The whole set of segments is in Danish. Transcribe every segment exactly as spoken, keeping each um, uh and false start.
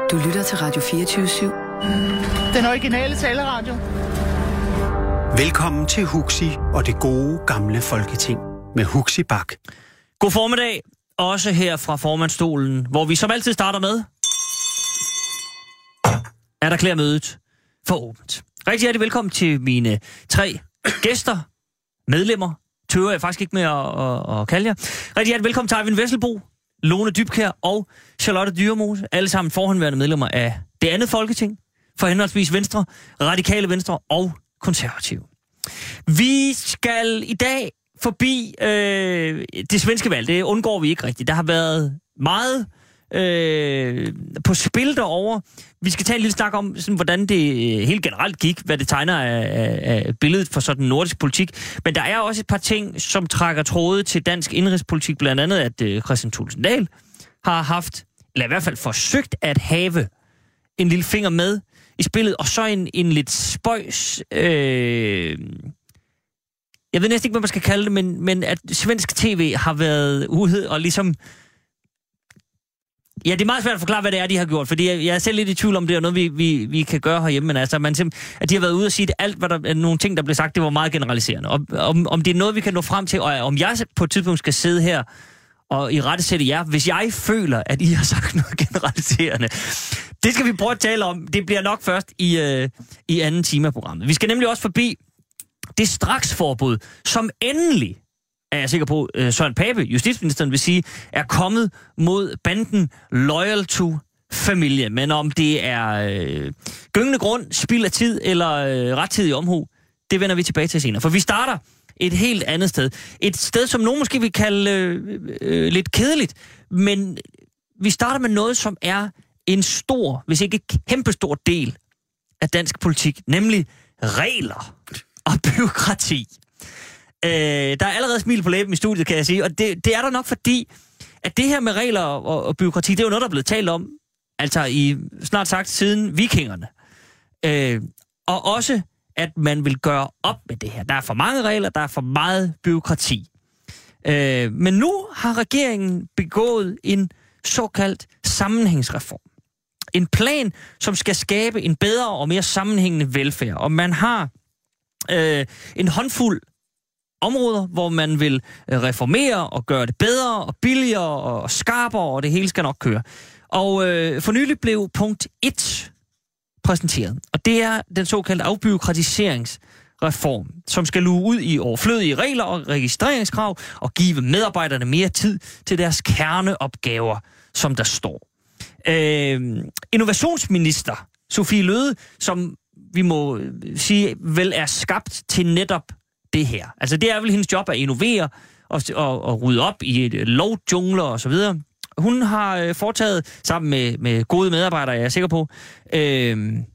Du lytter til Radio fireogtyve syv. Den originale taleradio. Velkommen til Huxi og det gode gamle Folketing med Huxi Bach. God formiddag, også her fra formandsstolen, hvor vi som altid starter med... Er der klæder mødet for åbent. Rigtig hjertelig velkommen til mine tre gæster, medlemmer, tøver jeg faktisk ikke med at, at, at kalde jer. Rigtig hjertelig velkommen til Eivind Vesselbo, Lone Dybkjær og Charlotte Dyremose, alle sammen forhåndværende medlemmer af det andet Folketing, for henholdsvis Venstre, Radikale Venstre og Konservative. Vi skal i dag forbi øh, det svenske valg. Det undgår vi ikke rigtigt. Der har været meget øh, på spil derovre. Vi skal tage en lille snak om, sådan, hvordan det helt generelt gik, hvad det tegner af, af billedet for sådan nordisk politik. Men der er også et par ting, som trækker tråde til dansk indrigspolitik. Blandt andet, at øh, Kristian Thulesen Dahl har haft, eller i hvert fald forsøgt at have en lille finger med i spillet, og så en, en lidt spøjs... Øh, jeg ved næsten ikke, hvad man skal kalde det, men, men at svensk tv har været ude og ligesom... Ja, det er meget svært at forklare, hvad det er, de har gjort, fordi jeg, jeg er selv lidt i tvivl om, det er noget, vi, vi, vi kan gøre herhjemme, men altså, man, at de har været ude og sige, at alt, hvad der nogle ting, der blev sagt, det var meget generaliserende. Og, om, om det er noget, vi kan nå frem til, og om jeg på et tidspunkt skal sidde her og i rette sætte jer, hvis jeg føler, at I har sagt noget generaliserende. Det skal vi prøve at tale om. Det bliver nok først i, øh, i anden time af programmet. Vi skal nemlig også forbi det straksforbud, som endelig, er jeg sikker på, Søren Pape, justitsministeren, vil sige, er kommet mod banden Loyal to Familie. Men om det er øh, gyngende grund, spild af tid eller øh, rettidig omhu, det vender vi tilbage til senere. For vi starter et helt andet sted. Et sted, som nogen måske vil kalde øh, øh, lidt kedeligt, men vi starter med noget, som er en stor, hvis ikke kæmpestor del af dansk politik, nemlig regler og bureaukrati. Øh, der er allerede smil på læben i studiet, kan jeg sige, og det, det er der nok fordi, at det her med regler og, og bureaukrati, det er jo noget, der er blevet talt om, altså i snart sagt siden vikingerne. Øh, og også, at man vil gøre op med det her. Der er for mange regler, der er for meget bureaukrati. Øh, men nu har regeringen begået en såkaldt sammenhængsreform. En plan, som skal skabe en bedre og mere sammenhængende velfærd. Og man har øh, en håndfuld områder, hvor man vil reformere og gøre det bedre og billigere og skarpere, og det hele skal nok køre. Og øh, for nylig blev punkt et præsenteret, og det er den såkaldte afbureaukratiseringsreform, som skal luge ud i overflødige regler og registreringskrav og give medarbejderne mere tid til deres kerneopgaver, som der står. Øh, innovationsminister Sophie Løhde, som vi må sige vel er skabt til netop det her. Altså det er vel hendes job at innovere og, og, og rydde op i lovjungler og så videre. Hun har øh, foretaget, sammen med, med gode medarbejdere, jeg er sikker på, øh,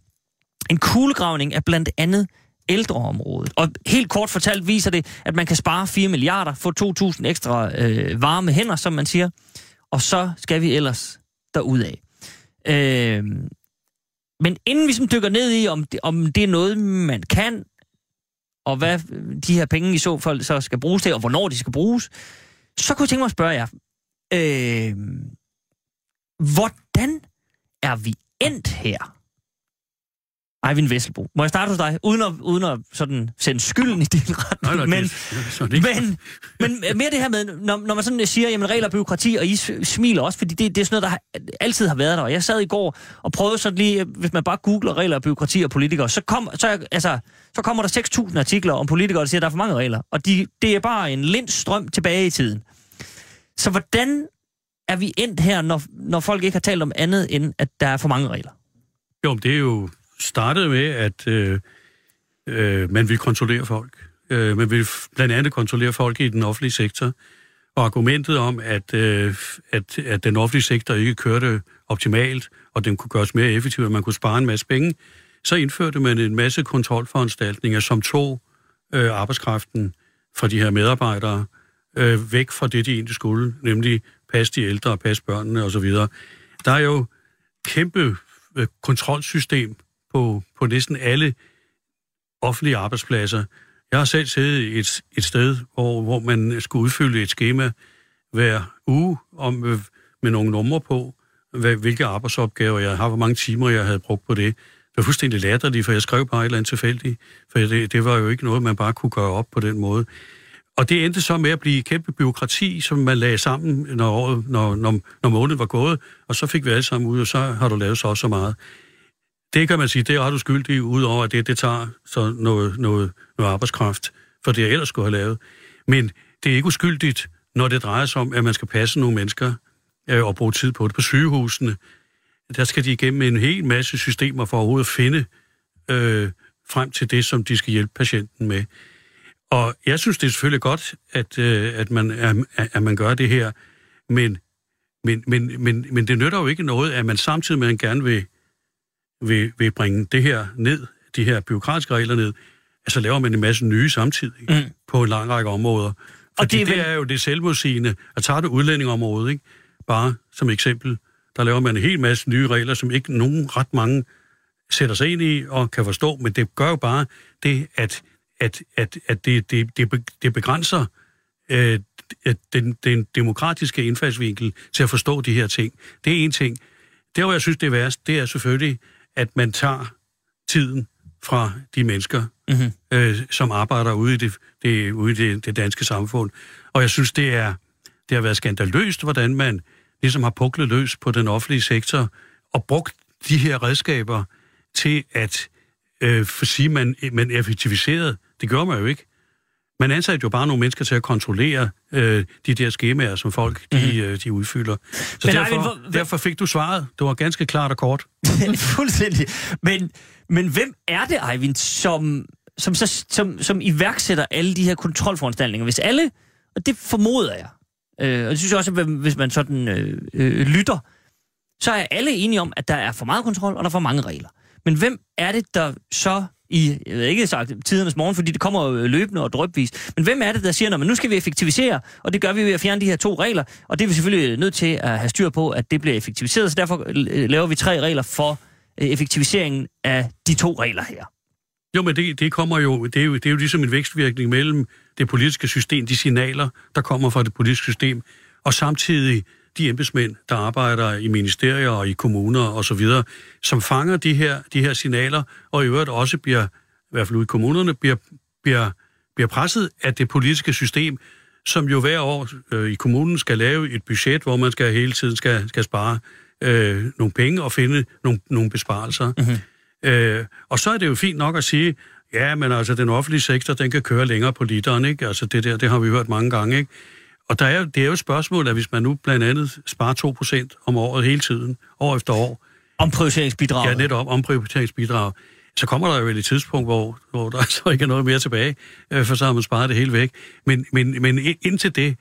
en kulegravning af blandt andet ældreområdet. Og helt kort fortalt viser det, at man kan spare fire milliarder, få to tusind ekstra øh, varme hænder, som man siger, og så skal vi ellers derudad. Øh, men inden vi som dykker ned i, om det, om det er noget, man kan, og hvad de her penge i så fald så skal bruges til, og hvornår de skal bruges, så kunne jeg tænke mig at spørge jer, øh, hvordan er vi endt her? Eivind Vesselbo. Må jeg starte hos dig, uden at, uden at sådan sende skylden i din retning? Nej, nej, men, det, men, men mere det her med, når, når man sådan siger, jamen regler og bureaukrati, og I smiler også, fordi det, det er sådan noget, der har, altid har været der. Og jeg sad i går og prøvede sådan lige, hvis man bare googler regler og bureaukrati og politikere, så, kom, så, altså, så kommer der seks tusind artikler om politikere, der siger, at der er for mange regler. Og de, det er bare en lind strøm tilbage i tiden. Så hvordan er vi endt her, når, når folk ikke har talt om andet, end at der er for mange regler? Jo, det er jo startede med, at øh, øh, man vil kontrollere folk. Øh, man vil blandt andet kontrollere folk i den offentlige sektor. Og argumentet om, at, øh, at, at den offentlige sektor ikke kørte optimalt, og den kunne gøres mere effektiv, og man kunne spare en masse penge, så indførte man en masse kontrolforanstaltninger, som tog øh, arbejdskraften fra de her medarbejdere øh, væk fra det, de egentlig skulle, nemlig passe de ældre og passe børnene osv. Der er jo kæmpe øh, kontrolsystem på, på næsten alle offentlige arbejdspladser. Jeg har selv siddet et, et sted, hvor, hvor man skulle udfylde et skema hver uge om, med nogle numre på, hvilke arbejdsopgaver jeg har, hvor mange timer jeg havde brugt på det. Det var fuldstændig latterligt, for jeg skrev bare et eller andet tilfældigt, for det, det var jo ikke noget, man bare kunne gøre op på den måde. Og det endte så med at blive kæmpe byråkrati, som man lagde sammen, når, året, når, når, når måneden var gået, og så fik vi alle sammen ud, og så har du lavet så også så meget. Det kan man sige, det er du skyldig, udover at det, det tager så noget, noget, noget arbejdskraft, for det jeg ellers skulle have lavet. Men det er ikke uskyldigt, når det drejer sig om, at man skal passe nogle mennesker øh, og bruge tid på det. På sygehusene, der skal de igennem en hel masse systemer for overhovedet at finde øh, frem til det, som de skal hjælpe patienten med. Og jeg synes, det er selvfølgelig godt, at, øh, at, man, at, at man gør det her, men, men, men, men, men det nytter jo ikke noget, at man samtidig med, at man gerne vil, vil, vil bringe det her ned, de her bureaukratiske regler ned, altså laver man en masse nye samtidig mm. på en lang række områder. Fordi det, det er jo det selvmodsigende. At tage det udlændingområdet, ikke? Bare som eksempel, der laver man en hel masse nye regler, som ikke nogen ret mange sætter sig ind i og kan forstå, men det gør jo bare det, at, at, at, at det, det, det, det begrænser øh, den, den demokratiske indfaldsvinkel til at forstå de her ting. Det er en ting. Det, hvor jeg synes, det er værst, det er selvfølgelig, at man tager tiden fra de mennesker, mm-hmm. øh, som arbejder ude i, det, det, ude i det, det danske samfund. Og jeg synes, det, er, det har været skandaløst, hvordan man ligesom har puklet løs på den offentlige sektor og brugt de her redskaber til at øh, for sige, man, man effektiviseret. Det gør man jo ikke. Man ansatte jo bare nogle mennesker til at kontrollere øh, de der skemaer, som folk de, mm-hmm. øh, de udfylder. Så men derfor, nej, hvor, derfor fik du svaret. Det var ganske klart og kort. Fuldstændig. Men, men hvem er det, Eivind, som, som, så, som, som iværksætter alle de her kontrolforanstaltninger? Hvis alle, og det formoder jeg, øh, og det synes jeg også, at hvis man sådan øh, øh, lytter, så er alle enige om, at der er for meget kontrol, og der er for mange regler. Men hvem er det, der så i, jeg ved ikke sagt tidernes morgen, fordi det kommer jo løbende og drypvis, men hvem er det, der siger, men nu skal vi effektivisere, og det gør vi ved at fjerne de her to regler, og det er vi selvfølgelig nødt til at have styr på, at det bliver effektiviseret, så derfor laver vi tre regler for effektiviseringen af de to regler her. Jo, men det, det kommer jo, det er jo, det er jo ligesom en vækstvirkning mellem det politiske system, de signaler, der kommer fra det politiske system, og samtidig de embedsmænd, der arbejder i ministerier og i kommuner og så videre, som fanger de her, de her signaler, og i øvrigt også bliver, i hvert fald ude i kommunerne, bliver, bliver, bliver presset af det politiske system, som jo hver år øh, i kommunen skal lave et budget, hvor man skal hele tiden skal, skal spare øh, nogle penge og finde nogle, nogle besparelser. Mm-hmm. Øh, og så er det jo fint nok at sige, ja, men altså den offentlige sektor, den kan køre længere på literen, ikke? Altså det der, det har vi hørt mange gange, ikke? Og der er, det er jo et spørgsmål, at hvis man nu blandt andet sparer to procent om året hele tiden, år efter år. Omprioriteringsbidrag. Ja, netop omprioriteringsbidrag. Så kommer der jo et tidspunkt, hvor, hvor der så ikke er noget mere tilbage, for så har man sparet det hele væk. Men, men, men indtil det,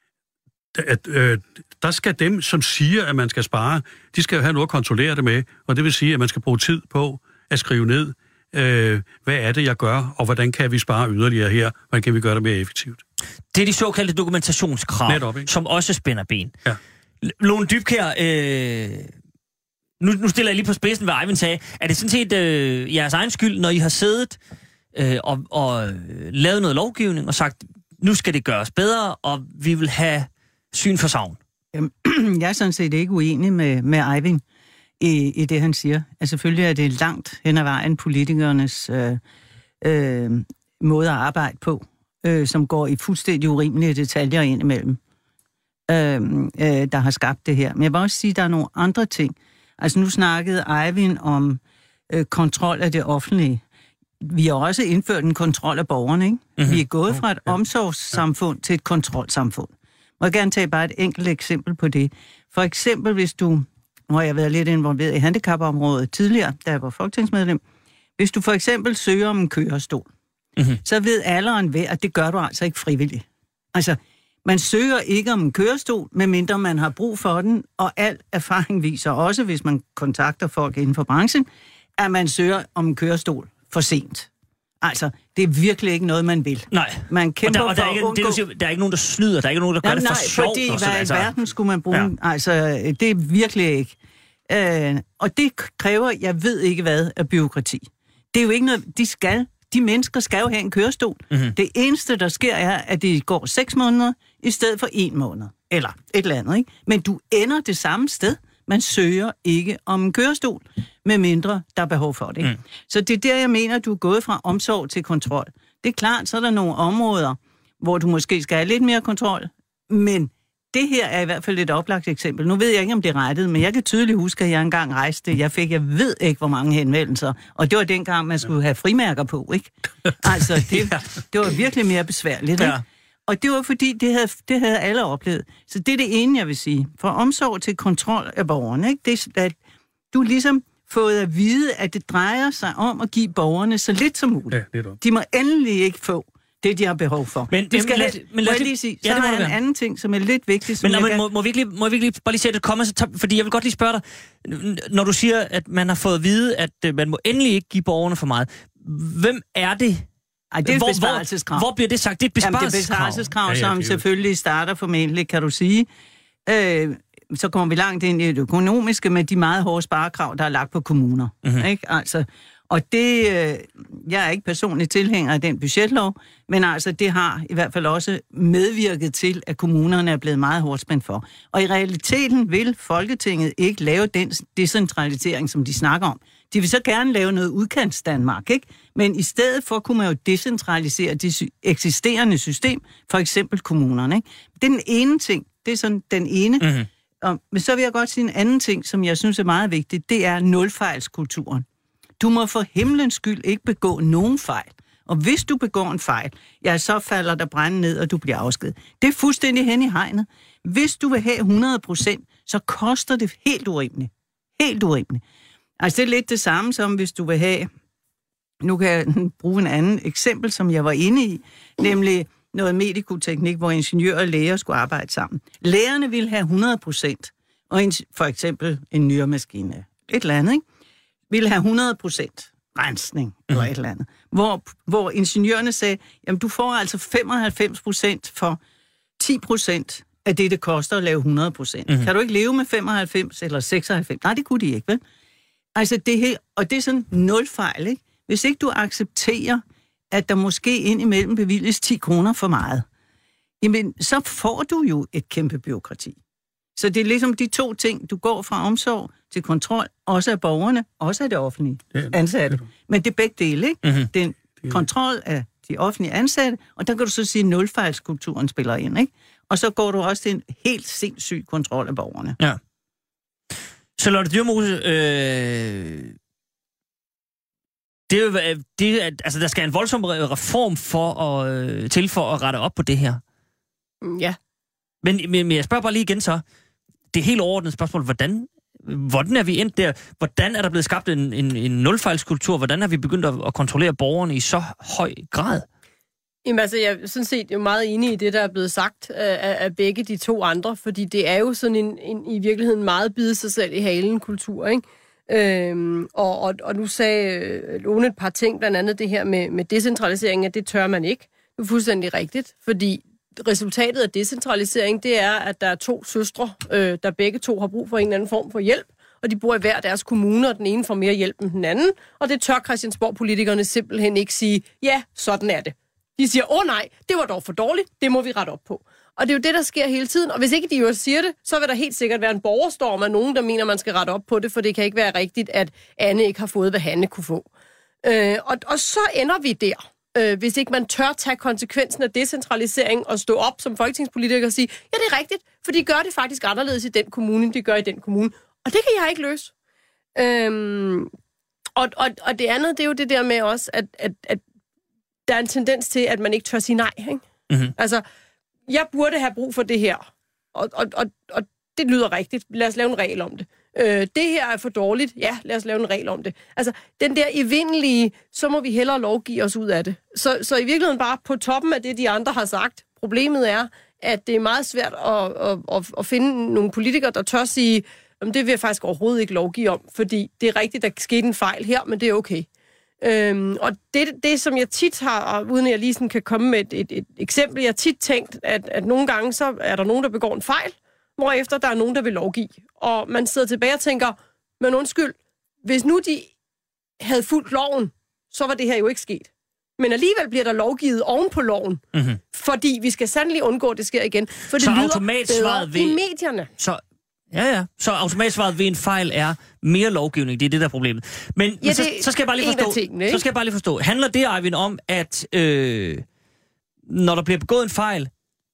at, øh, der skal dem, som siger, at man skal spare, de skal jo have noget at kontrollere det med, og det vil sige, at man skal bruge tid på at skrive ned, øh, hvad er det, jeg gør, og hvordan kan vi spare yderligere her, hvordan kan vi gøre det mere effektivt. Det er de såkaldte dokumentationskrav, netop, som også spænder ben. Ja. Lone Dybkjær, øh, nu, nu stiller jeg lige på spidsen, hvad Eivind sagde. Er det sådan set øh, jeres egen skyld, når I har siddet øh, og, og lavet noget lovgivning og sagt, nu skal det gøres bedre, og vi vil have syn for savn? Jamen, jeg er sådan set ikke uenig med, med Eivind i, i det, han siger. Altså, selvfølgelig er det langt hen ad vejen politikernes øh, øh, måde at arbejde på, øh, som går i fuldstændig urimelige detaljer ind imellem, øh, øh, der har skabt det her. Men jeg vil også sige, at der er nogle andre ting. Altså, nu snakkede Eivind om øh, kontrol af det offentlige. Vi har også indført en kontrol af borgerne, ikke? Mm-hmm. Vi er gået fra et omsorgssamfund til et kontrolsamfund. Må jeg gerne tage bare et enkelt eksempel på det. For eksempel, hvis du, nu har jeg været lidt involveret i handicapområdet tidligere, da jeg var folketingsmedlem, hvis du for eksempel søger om en kørestol, mm-hmm. så ved alle og enhver, at det gør du altså ikke frivilligt. Altså, man søger ikke om en kørestol, medmindre man har brug for den, og al erfaring viser også, hvis man kontakter folk inden for branchen, at man søger om en kørestol for sent. Altså, det er virkelig ikke noget, man vil. Nej. Man kæmper og der, og der, er ikke, det, du siger, der er ikke nogen, der snyder. Der er ikke nogen, der gør nej, det for sjov. Nej, fordi hvad altså. i verden skulle man bruge? Ja. Altså, det er virkelig ikke. Øh, og det kræver, jeg ved ikke hvad, af byråkrati. Det er jo ikke noget, de skal. De mennesker skal jo have en kørestol. Mm-hmm. Det eneste, der sker, er, at det går seks måneder i stedet for en måned. Eller et eller andet, ikke? Men du ender det samme sted. Man søger ikke om en kørestol, medmindre der er behov for det. Mm. Så det er der, jeg mener, du er gået fra omsorg til kontrol. Det er klart, så er der nogle områder, hvor du måske skal have lidt mere kontrol, men det her er i hvert fald et oplagt eksempel. Nu ved jeg ikke, om det er rettet, men jeg kan tydeligt huske, at jeg engang rejste. Jeg fik, jeg ved ikke, hvor mange henvendelser. Og det var dengang, man skulle have frimærker på, ikke? Altså, det, det var virkelig mere besværligt, ikke? Ja. Og det var fordi, det havde, det havde alle oplevet. Så det er det ene, jeg vil sige. For omsorg til kontrol af borgerne, ikke? Det er, at du ligesom fået at vide, at det drejer sig om at give borgerne så lidt som muligt. Ja, de må endelig ikke få det, de har behov for. Men, de skal men, have, men lad os lige sige, så ja, er der en anden ting, som er lidt vigtig. Men, men må, må, vi ikke lige, må vi ikke lige bare lige sætte et komma, fordi jeg vil godt lige spørge dig, når du siger, at man har fået at vide, at man må endelig ikke give borgerne for meget. Hvem er det? Ej, det er et hvor, besparelseskrav. Hvor, hvor bliver det sagt? Det er et besparelseskrav. Jamen, det er et besparelseskrav, ja, ja, som selvfølgelig starter formentlig, kan du sige. Øh, så kommer vi langt ind i det økonomiske med de meget hårde sparekrav, der er lagt på kommuner. Mm-hmm. Ikke? Altså, og det, øh, jeg er ikke personligt tilhænger af den budgetlov, men altså det har i hvert fald også medvirket til, at kommunerne er blevet meget hårdt spændt for. Og i realiteten vil Folketinget ikke lave den decentralisering, som de snakker om. De vil så gerne lave noget udkants Danmark, ikke? Men i stedet for kunne man jo decentralisere det eksisterende system, for eksempel kommunerne, ikke? Det er den ene ting. Det er sådan den ene. Mm-hmm. Og, men så vil jeg godt sige en anden ting, som jeg synes er meget vigtigt. Det er nulfejlskulturen. Du må for himlens skyld ikke begå nogen fejl. Og hvis du begår en fejl, ja, så falder der brænde ned, og du bliver afskedet. Det er fuldstændig hen i hegnet. Hvis du vil have hundrede procent, så koster det helt urimeligt. Helt urimeligt. Altså, det er lidt det samme som, hvis du vil have... Nu kan jeg bruge en anden eksempel, som jeg var inde i, nemlig noget medikoteknik, hvor ingeniører og læger skulle arbejde sammen. Lægerne ville have hundrede procent, og en, for eksempel en nyremaskine, et eller andet, ikke? Ville have hundrede procent rensning, eller et eller andet. Hvor, hvor ingeniørerne sagde, jamen du får altså femoghalvfems procent for ti procent af det, det koster at lave hundrede procent. Mm-hmm. Kan du ikke leve med femoghalvfems eller seksoghalvfems? Nej, det kunne de ikke, vel? Altså det her, og det er sådan nul fejl, ikke? Hvis ikke du accepterer, at der måske indimellem bevilges ti kroner for meget, jamen så får du jo et kæmpe bureaukrati. Så det er ligesom de to ting, du går fra omsorg til kontrol, også af borgerne, også af det offentlige ansatte. Men det er begge dele, ikke? Mm-hmm. Det er kontrol af de offentlige ansatte, og der kan du så sige, at nulfejlskulturen spiller ind, ikke? Og så går du også til en helt sindssyg kontrol af borgerne. Ja. Charlotte Dyrmose, øh... det er jo, det er, altså, der skal en voldsom reform for at, øh, til for at rette op på det her. Ja. Men, men, men jeg spørger bare lige igen så, det er helt overordnet spørgsmål, hvordan, hvordan er vi endt der? Hvordan er der blevet skabt en, en, en nulfejlskultur? Hvordan har vi begyndt at, at kontrollere borgerne i så høj grad? Jamen altså, jeg er sådan set jo meget enig i det, der er blevet sagt af, af begge de to andre, fordi det er jo sådan en, en i virkeligheden meget bide sig selv i halen kultur, ikke? Øhm, og, og, og nu sagde Lone et par ting, blandt andet det her med, med decentralisering, at det tør man ikke. Det er fuldstændig rigtigt, fordi resultatet af decentralisering, det er, at der er to søstre, øh, der begge to har brug for en eller anden form for hjælp, og de bor i hver deres kommune, og den ene får mere hjælp end den anden, og det tør Christiansborg-politikerne simpelthen ikke sige, ja, sådan er det. De siger, åh nej, det var dog for dårligt, det må vi rette op på. Og det er jo det, der sker hele tiden, og hvis ikke de jo siger det, så vil der helt sikkert være en borgerstorm af nogen, der mener, man skal rette op på det, for det kan ikke være rigtigt, at Anne ikke har fået, hvad Hanne kunne få. Øh, og, og så ender vi der. Øh, hvis ikke man tør tage konsekvensen af decentralisering og stå op som folketingspolitiker og sige, ja, det er rigtigt, for de gør det faktisk anderledes i den kommune, end de gør i den kommune. Og det kan jeg ikke løse. Øhm, og, og, og det andet, det er jo det der med også, at, at, at der er en tendens til, at man ikke tør sige nej. Ikke? Mm-hmm. Altså, jeg burde have brug for det her, og, og, og, og det lyder rigtigt. Lad os lave en regel om det. Øh, det her er for dårligt. Ja, lad os lave en regel om det. Altså, den der evindelige, så må vi hellere lovgive os ud af det. Så, så i virkeligheden bare på toppen af det, de andre har sagt. Problemet er, at det er meget svært at, at, at, at finde nogle politikere, der tør sige, at det vil jeg faktisk overhovedet ikke lovgive om, fordi det er rigtigt, der skete en fejl her, men det er okay. Øhm, og det, det, som jeg tit har, og uden at jeg lige sådan kan komme med et, et, et eksempel, jeg har tit tænkt, at, at nogle gange så er der nogen, der begår en fejl, hvorefter der er nogen, der vil lovgive. Og man sidder tilbage og tænker, men undskyld, hvis nu de havde fulgt loven, så var det her jo ikke sket. Men alligevel bliver der lovgivet oven på loven, mm-hmm. fordi vi skal sandelig undgå, at det sker igen. For det så lyder bedre ved, i medierne. Så Ja, ja. Så automatsvaret ved en fejl er mere lovgivning. Det er det, der er problemet. Men, ja, men så, så skal jeg bare lige forstå, tingene, så skal jeg bare lige forstå. Handler det, Eivind, om, at øh, når der bliver begået en fejl,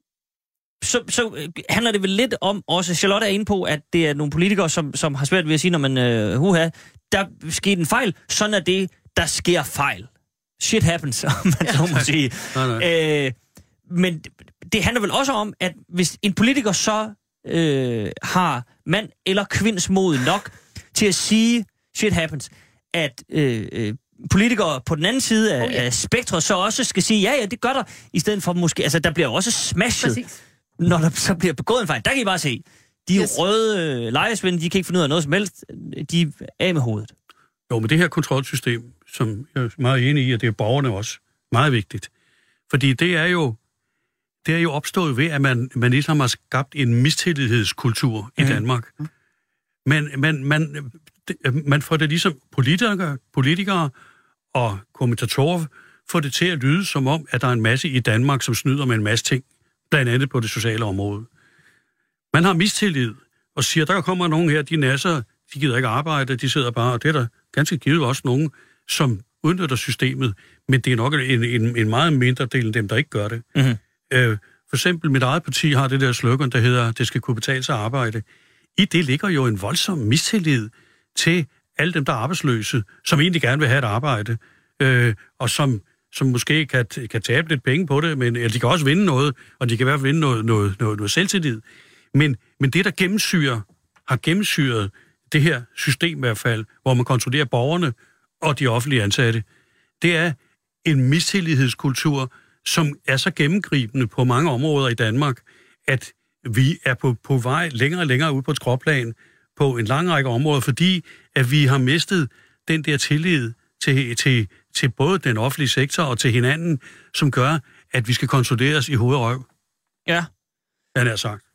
så, så handler det vel lidt om, også Charlotte er inde på, at det er nogle politikere, som, som har svært ved at sige, når man, øh, huha, der skete en fejl, sådan er det, der sker fejl. Shit happens, om man så må sige. nej, nej. Øh, men det handler vel også om, at hvis en politiker så øh, har mand eller kvinds mod nok til at sige, shit happens, at øh, øh, politikere på den anden side af, oh, ja. af spektret så også skal sige, ja, ja, det gør der, i stedet for måske, altså der bliver jo også smashet, præcis. Når der så bliver begået en fejl. Der kan I bare se, de yes. røde øh, lejesvinde, de kan ikke finde ud af noget som helst, de er af med hovedet. Jo, men det her kontrolsystem, som jeg er meget enig i, at det er borgerne også meget vigtigt. Fordi det er jo, det er jo opstået ved, at man, man ligesom har skabt en mistillidskultur mm. i Danmark. Mm. Men man, man, man får det ligesom politikere, politikere og kommentatorer får det til at lyde som om, at der er en masse i Danmark, som snyder med en masse ting, blandt andet på det sociale område. Man har mistillid og siger, der kommer nogen her, de nasser, de gider ikke arbejde, de sidder bare, og det er der ganske givet også nogen, som udnytter systemet, men det er nok en, en, en meget mindre del af dem, der ikke gør det. Mm-hmm. Øh, for eksempel, mit eget parti har det der slogan, der hedder, det skal kunne betale sig at arbejde. I det ligger jo en voldsom mistillid til alle dem, der er arbejdsløse, som egentlig gerne vil have et arbejde, øh, og som, som måske kan, kan tabe lidt penge på det, men eller de kan også vinde noget, og de kan i hvert fald vinde noget, noget, noget, noget selvtillid. Men, men det, der gennemsyrer, har gennemsyret det her system i hvert fald, hvor man kontrollerer borgerne og de offentlige ansatte, det er en mistillidskultur, som er så gennemgribende på mange områder i Danmark, at vi er på, på vej længere og længere ud på et skråplan på en lang række områder, fordi at vi har mistet den der tillid til, til, til både den offentlige sektor og til hinanden, som gør, at vi skal kontrolleres i hoved og røv. Ja. Han er sagt.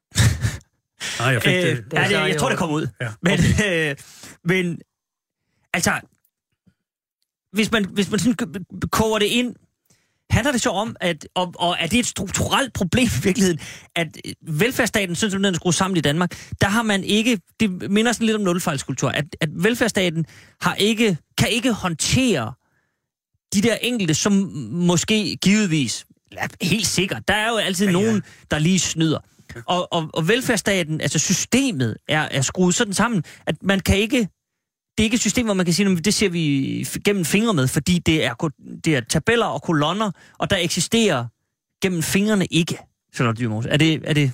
Nej, jeg fik øh, det. Ja, det, jeg tror, det kom ud. Ja, men, okay. øh, men, altså, hvis man, hvis man sådan koger det ind, handler det så om, at, og, og er det et strukturelt problem i virkeligheden, at velfærdsstaten, sådan som den er skruet sammen i Danmark, der har man ikke, det minder sådan lidt om nulfejlskultur, at, at velfærdsstaten har ikke, kan ikke håndtere de der enkelte, som måske givetvis, helt sikkert, der er jo altid ja, ja. nogen, der lige snyder. Og, og, og velfærdsstaten, altså systemet, er, er skruet sådan sammen, at man kan ikke, det er ikke et system, hvor man kan sige, at det ser vi gennem fingre med, fordi det er, det er tabeller og kolonner, og der eksisterer gennem fingrene ikke. Charlotte Dyremose. Er det... Er det...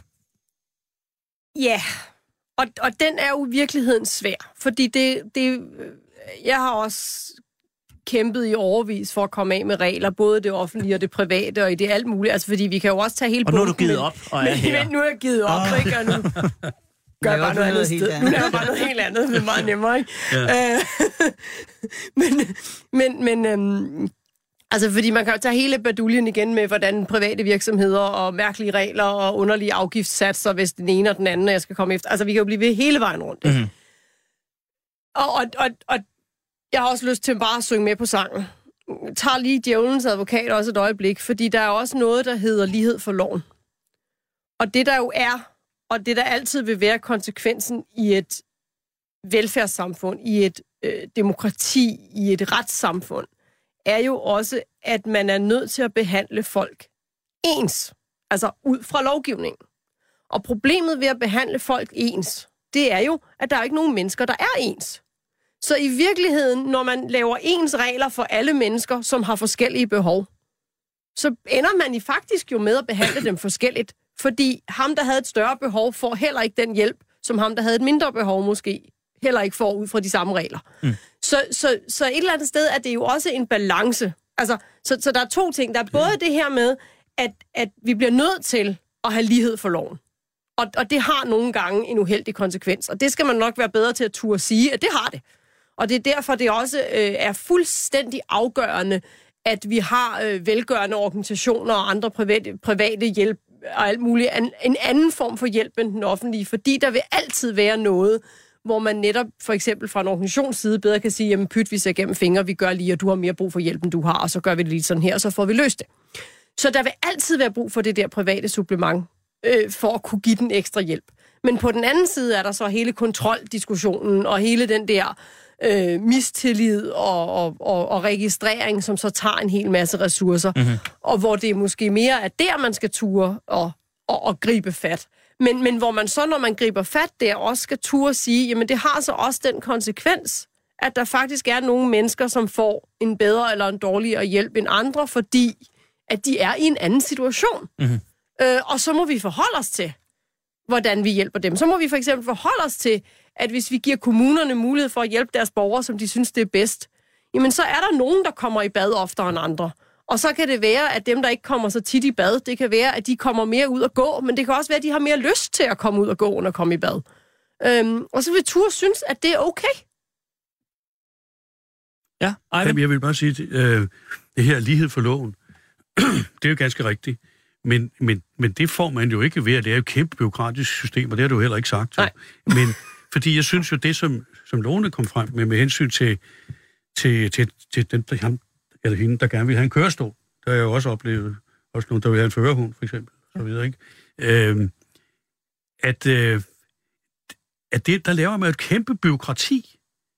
Ja, og, og den er jo i virkeligheden svær, fordi det, det, jeg har også kæmpet i overvis for at komme af med regler, både det offentlige og det private, og i det alt muligt. Altså, fordi vi kan jo også tage hele og nu er du givet op, og er her. Men nu er jeg givet op, oh. ikke? Og nu gør jeg bare noget andet sted. Nu er jeg bare noget helt andet, det er meget nemmere, ikke? Ja. Øh, men, men, men øhm, altså, fordi man kan jo tage hele baduljen igen med, hvordan private virksomheder og mærkelige regler og underlige afgiftssatser, hvis den ene og den anden, jeg skal komme efter. Altså, vi kan jo blive ved hele vejen rundt. Mm-hmm. Og, og, og, og jeg har også lyst til bare at synge med på sangen. Jeg tager lige djævelens advokat også et øjeblik, fordi der er også noget, der hedder lighed for loven. Og det der jo er, og det der altid vil være konsekvensen i et velfærdssamfund, i et øh, demokrati, i et retssamfund, er jo også, at man er nødt til at behandle folk ens. Altså ud fra lovgivningen. Og problemet ved at behandle folk ens, det er jo, at der er ikke nogen mennesker, der er ens. Så i virkeligheden, når man laver ens regler for alle mennesker, som har forskellige behov, så ender man i faktisk jo med at behandle dem forskelligt. Fordi ham, der havde et større behov, får heller ikke den hjælp, som ham, der havde et mindre behov måske, heller ikke får ud fra de samme regler. Mm. Så, så, så et eller andet sted er det jo også en balance. Altså, så, så der er to ting. Der er både det her med, at, at vi bliver nødt til at have lighed for loven. Og, og det har nogle gange en uheldig konsekvens. Og det skal man nok være bedre til at turde sige, at det har det. Og det er derfor, det også øh, er fuldstændig afgørende, at vi har øh, velgørende organisationer og andre private, private hjælp og alt muligt, en, en anden form for hjælp end den offentlige, fordi der vil altid være noget, hvor man netop for eksempel fra en organisations side bedre kan sige, jamen pyt, vi ser gennem fingre, vi gør lige, og du har mere brug for hjælp, end du har, og så gør vi det lige sådan her, og så får vi løst det. Så der vil altid være brug for det der private supplement, øh, for at kunne give den ekstra hjælp. Men på den anden side er der så hele kontroldiskussionen og hele den der øh, mistillid og, og, og, og registrering, som så tager en hel masse ressourcer. Mm-hmm. Og hvor det måske mere er der, man skal ture og, og, og gribe fat. Men, men hvor man så, når man griber fat der, også skal ture sige, jamen det har så også den konsekvens, at der faktisk er nogle mennesker, som får en bedre eller en dårligere hjælp end andre, fordi at de er i en anden situation. Mm-hmm. Øh, og så må vi forholde os til, hvordan vi hjælper dem. Så må vi for eksempel forholde os til, at hvis vi giver kommunerne mulighed for at hjælpe deres borgere, som de synes, det er bedst, jamen så er der nogen, der kommer i bad oftere end andre. Og så kan det være, at dem, der ikke kommer så tit i bad, det kan være, at de kommer mere ud at gå, men det kan også være, at de har mere lyst til at komme ud og gå, end at komme i bad. Øhm, og så vil Thure synes, at det er okay. Ja, Jamen, jeg vil bare sige, øh, det her lighed for loven, det er jo ganske rigtigt. Men, men, men det får man jo ikke ved, at det er jo et kæmpe bureaukratisk system, og det har du heller ikke sagt. Nej. Men fordi jeg synes jo, det som, som lovene kom frem med, med hensyn til, til, til, til den, der, ham, eller hende, der gerne vil have en kørestol, der har jeg jo også oplevet, også nogen, der vil have en førerhund, for eksempel, så videre, ikke? Øhm, at, øh, at det, der laver man et kæmpe bureaukrati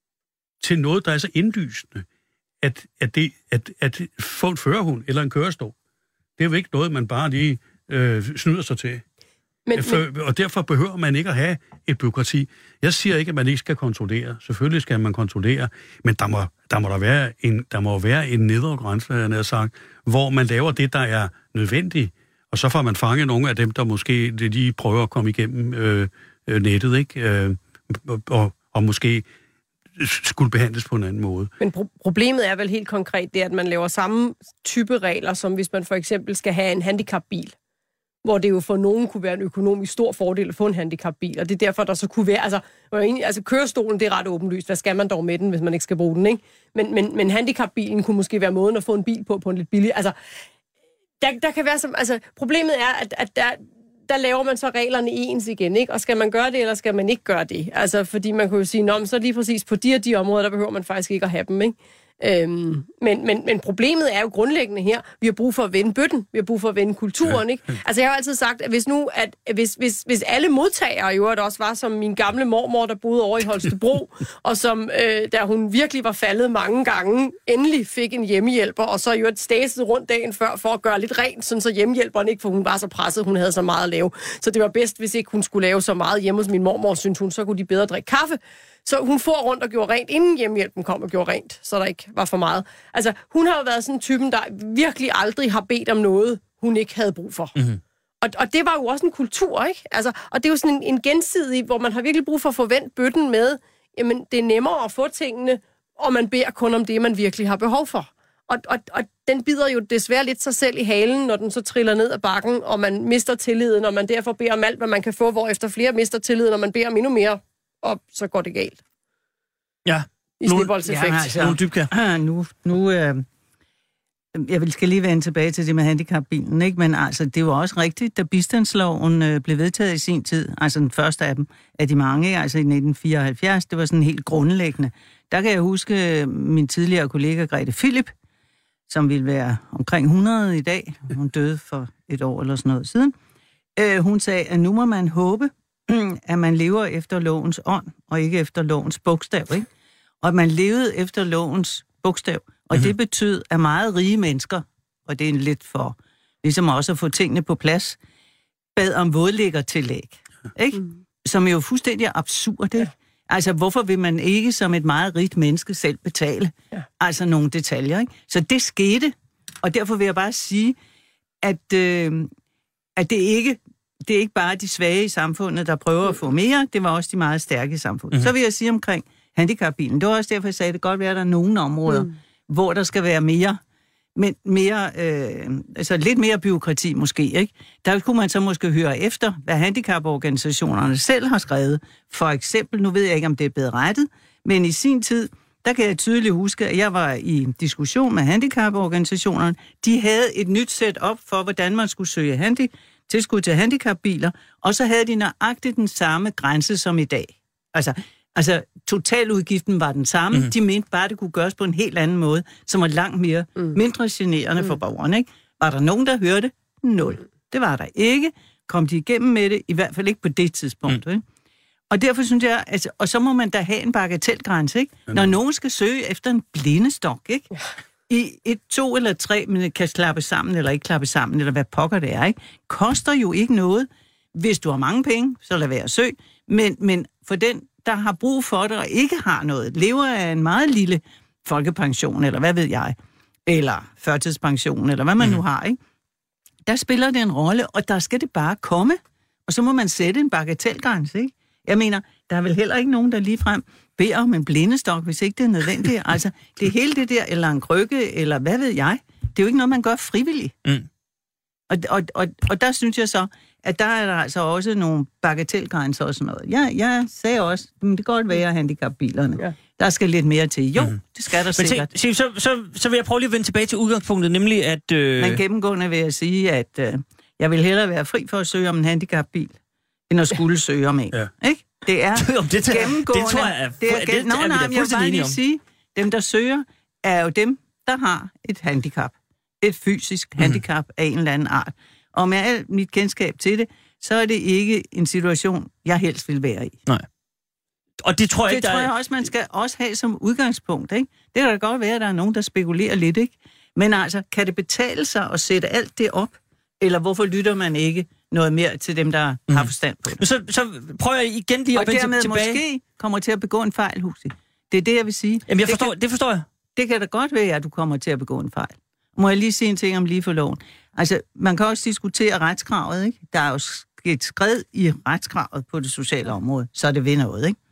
til noget, der er så indlysende, at, at, det, at, at få en førerhund eller en kørestol, det er jo ikke noget, man bare lige øh, snyder sig til. Men, For, men... Og derfor behøver man ikke at have et bureaukrati. Jeg siger ikke, at man ikke skal kontrollere. Selvfølgelig skal man kontrollere, men der må der, må der, være, en, der må være en nedre grænse, jeg har sagt, hvor man laver det, der er nødvendigt, og så får man fanget nogle af dem, der måske lige prøver at komme igennem øh, nettet, ikke? Øh, og, og måske skulle behandles på en anden måde. Men pro- problemet er vel helt konkret det, at man laver samme type regler, som hvis man for eksempel skal have en handicapbil, hvor det jo for nogen kunne være en økonomisk stor fordel at få en handicapbil, og det er derfor, der så kunne være, altså, altså kørestolen, det er ret åbenlyst, hvad skal man dog med den, hvis man ikke skal bruge den, ikke? Men, men, men handicapbilen kunne måske være måden at få en bil på, på en lidt billig, altså, der, der kan være som, altså, problemet er, at, at der, der laver man så reglerne ens igen, ikke? Og skal man gøre det, eller skal man ikke gøre det? Altså, fordi man kunne jo sige, nå, så lige præcis på de og de områder, der behøver man faktisk ikke at have dem, ikke? Øhm, men, men, men problemet er jo grundlæggende her, vi har brug for at vende bøtten, vi har brug for at vende kulturen, ikke? Altså, jeg har altid sagt, at hvis nu, at hvis, hvis, hvis alle modtagere jo at også var som min gamle mormor, der boede over i Holstebro, og som, øh, da hun virkelig var faldet mange gange, endelig fik en hjemmehjælper, og så jo et stæset rundt dagen før, for at gøre lidt rent, sådan så hjemmehjælperen ikke, for hun var så presset, hun havde så meget at lave. Så det var bedst, hvis ikke hun skulle lave så meget hjemme hos min mormor, synes hun, så kunne de bedre drikke kaffe. Så hun for rundt og gjorde rent, inden hjemmehjælpen kom og gjorde rent, så der ikke var for meget. Altså, hun har jo været sådan en typen, der virkelig aldrig har bedt om noget, hun ikke havde brug for. Mm-hmm. Og, og det var jo også en kultur, ikke? Altså, og det er jo sådan en, en gensidig, hvor man har virkelig brug for at få vendt bøtten med, jamen, det er nemmere at få tingene, og man beder kun om det, man virkelig har behov for. Og, og, og den bider jo desværre lidt sig selv i halen, når den så triller ned ad bakken, og man mister tilliden, og man derfor beder om alt, hvad man kan få, hvor efter flere mister tilliden, og man beder om endnu mere, og så går det galt. Ja. I snibboldseffekt. Ja, altså, nu, nu øh, jeg vil skal lige vende tilbage til det med handicapbilen, ikke? Men altså, det var også rigtigt, da bistandsloven øh, blev vedtaget i sin tid, altså den første af dem, af de mange, altså i nitten fireoghalvfjerds, det var sådan helt grundlæggende. Der kan jeg huske min tidligere kollega Grete Philip, som ville være omkring hundrede i dag, hun døde for et år eller sådan noget siden. Øh, hun sagde, at nu må man håbe, at man lever efter lovens ånd, og ikke efter lovens bogstav, ikke? Og at man levede efter lovens bogstav. Og mm-hmm. det betød, at meget rige mennesker, og det er lidt for, ligesom også at få tingene på plads, bad om vådlæggertillæg, ikke? Mm. Som er jo fuldstændig absurd, ikke? Altså, hvorfor vil man ikke som et meget rigt menneske selv betale? Ja. Altså nogle detaljer, ikke? Så det skete, og derfor vil jeg bare sige, at, øh, at det ikke... Det er ikke bare de svage i samfundet, der prøver at få mere. Det var også de meget stærke i samfundet. Mm-hmm. Så vil jeg sige omkring handicapbilen. Det var også derfor, jeg sagde, at det godt være, at der er nogle områder, mm. hvor der skal være mere, men mere øh, altså lidt mere bureaukrati måske, ikke? Der kunne man så måske høre efter, hvad handicaporganisationerne selv har skrevet. For eksempel, nu ved jeg ikke, om det er blevet rettet, men i sin tid, der kan jeg tydeligt huske, at jeg var i diskussion med handicaporganisationerne. De havde et nyt setup for, hvordan man skulle søge handicap. tilskud til handicapbiler, og så havde de nøjagtigt den samme grænse som i dag. Altså, altså totaludgiften var den samme. Mm. De mente bare, at det kunne gøres på en helt anden måde, som var langt mere mm. mindre generende mm. for borgerne, ikke? Var der nogen, der hørte? Nul. Det var der ikke. kom de igennem med det, i hvert fald ikke på det tidspunkt. Mm. Ikke? Og derfor synes jeg, altså, og så må man da have en bagatelgrænse, ikke? Mm. Når nogen skal søge efter en blindestok, ikke? I et, to eller tre, men kan klappe sammen eller ikke klappe sammen, eller hvad pokker det er, ikke? Koster jo ikke noget. Hvis du har mange penge, så lad være at søge. Men, men for den, der har brug for det og ikke har noget, lever af en meget lille folkepension, eller hvad ved jeg, eller førtidspension, eller hvad man mm. nu har, ikke? Der spiller det en rolle, og der skal det bare komme. Og så må man sætte en bagatelgrænse, ikke? Jeg mener, der er vel heller ikke nogen, der ligefrem beder om en blindestok, hvis ikke det er nødvendigt. Altså, det er hele det der, eller en krykke, eller hvad ved jeg. Det er jo ikke noget, man gør frivilligt. Mm. Og, og, og, og der synes jeg så, at der er der altså også nogle bagatelgrænser og sådan noget. Jeg, jeg sagde også, at det kan godt være handicapbilerne. Ja. Der skal lidt mere til. Jo, mm. det skal der Men sikkert. Se, så, så, så vil jeg prøve lige at vende tilbage til udgangspunktet, nemlig at... Øh... Men gennemgående vil jeg sige, at øh, jeg vil hellere være fri for at søge om en handicapbil, end at skulle søge om en. Ja. Ikke? Det er det tager, gennemgående. Det tror jeg er... Det er gennem... Nå, nej, jeg vil bare lige sige, dem, der søger, er jo dem, der har et handicap. Et fysisk mm. handicap af en eller anden art. Og med alt mit kendskab til det, så er det ikke en situation, jeg helst vil være i. Nej. Og det tror jeg det ikke, tror der... jeg også, man skal også have som udgangspunkt, ikke? Det kan da godt være, at der er nogen, der spekulerer lidt, ikke? Men altså, kan det betale sig at sætte alt det op? Eller hvorfor lytter man ikke noget mere til dem, der mm. har forstand på det? Men så, så prøver jeg igen lige at vende tilbage. Og dermed måske kommer til at begå en fejl, Huxi. Det er det, jeg vil sige. Jamen, jeg forstår, det, kan, det forstår jeg. Det kan da godt være, at du kommer til at begå en fejl. Må jeg lige sige en ting om lige for loven? Altså, man kan også diskutere retskravet, ikke? Der er jo et skred i retskravet på det sociale område, så er det ved noget, ikke?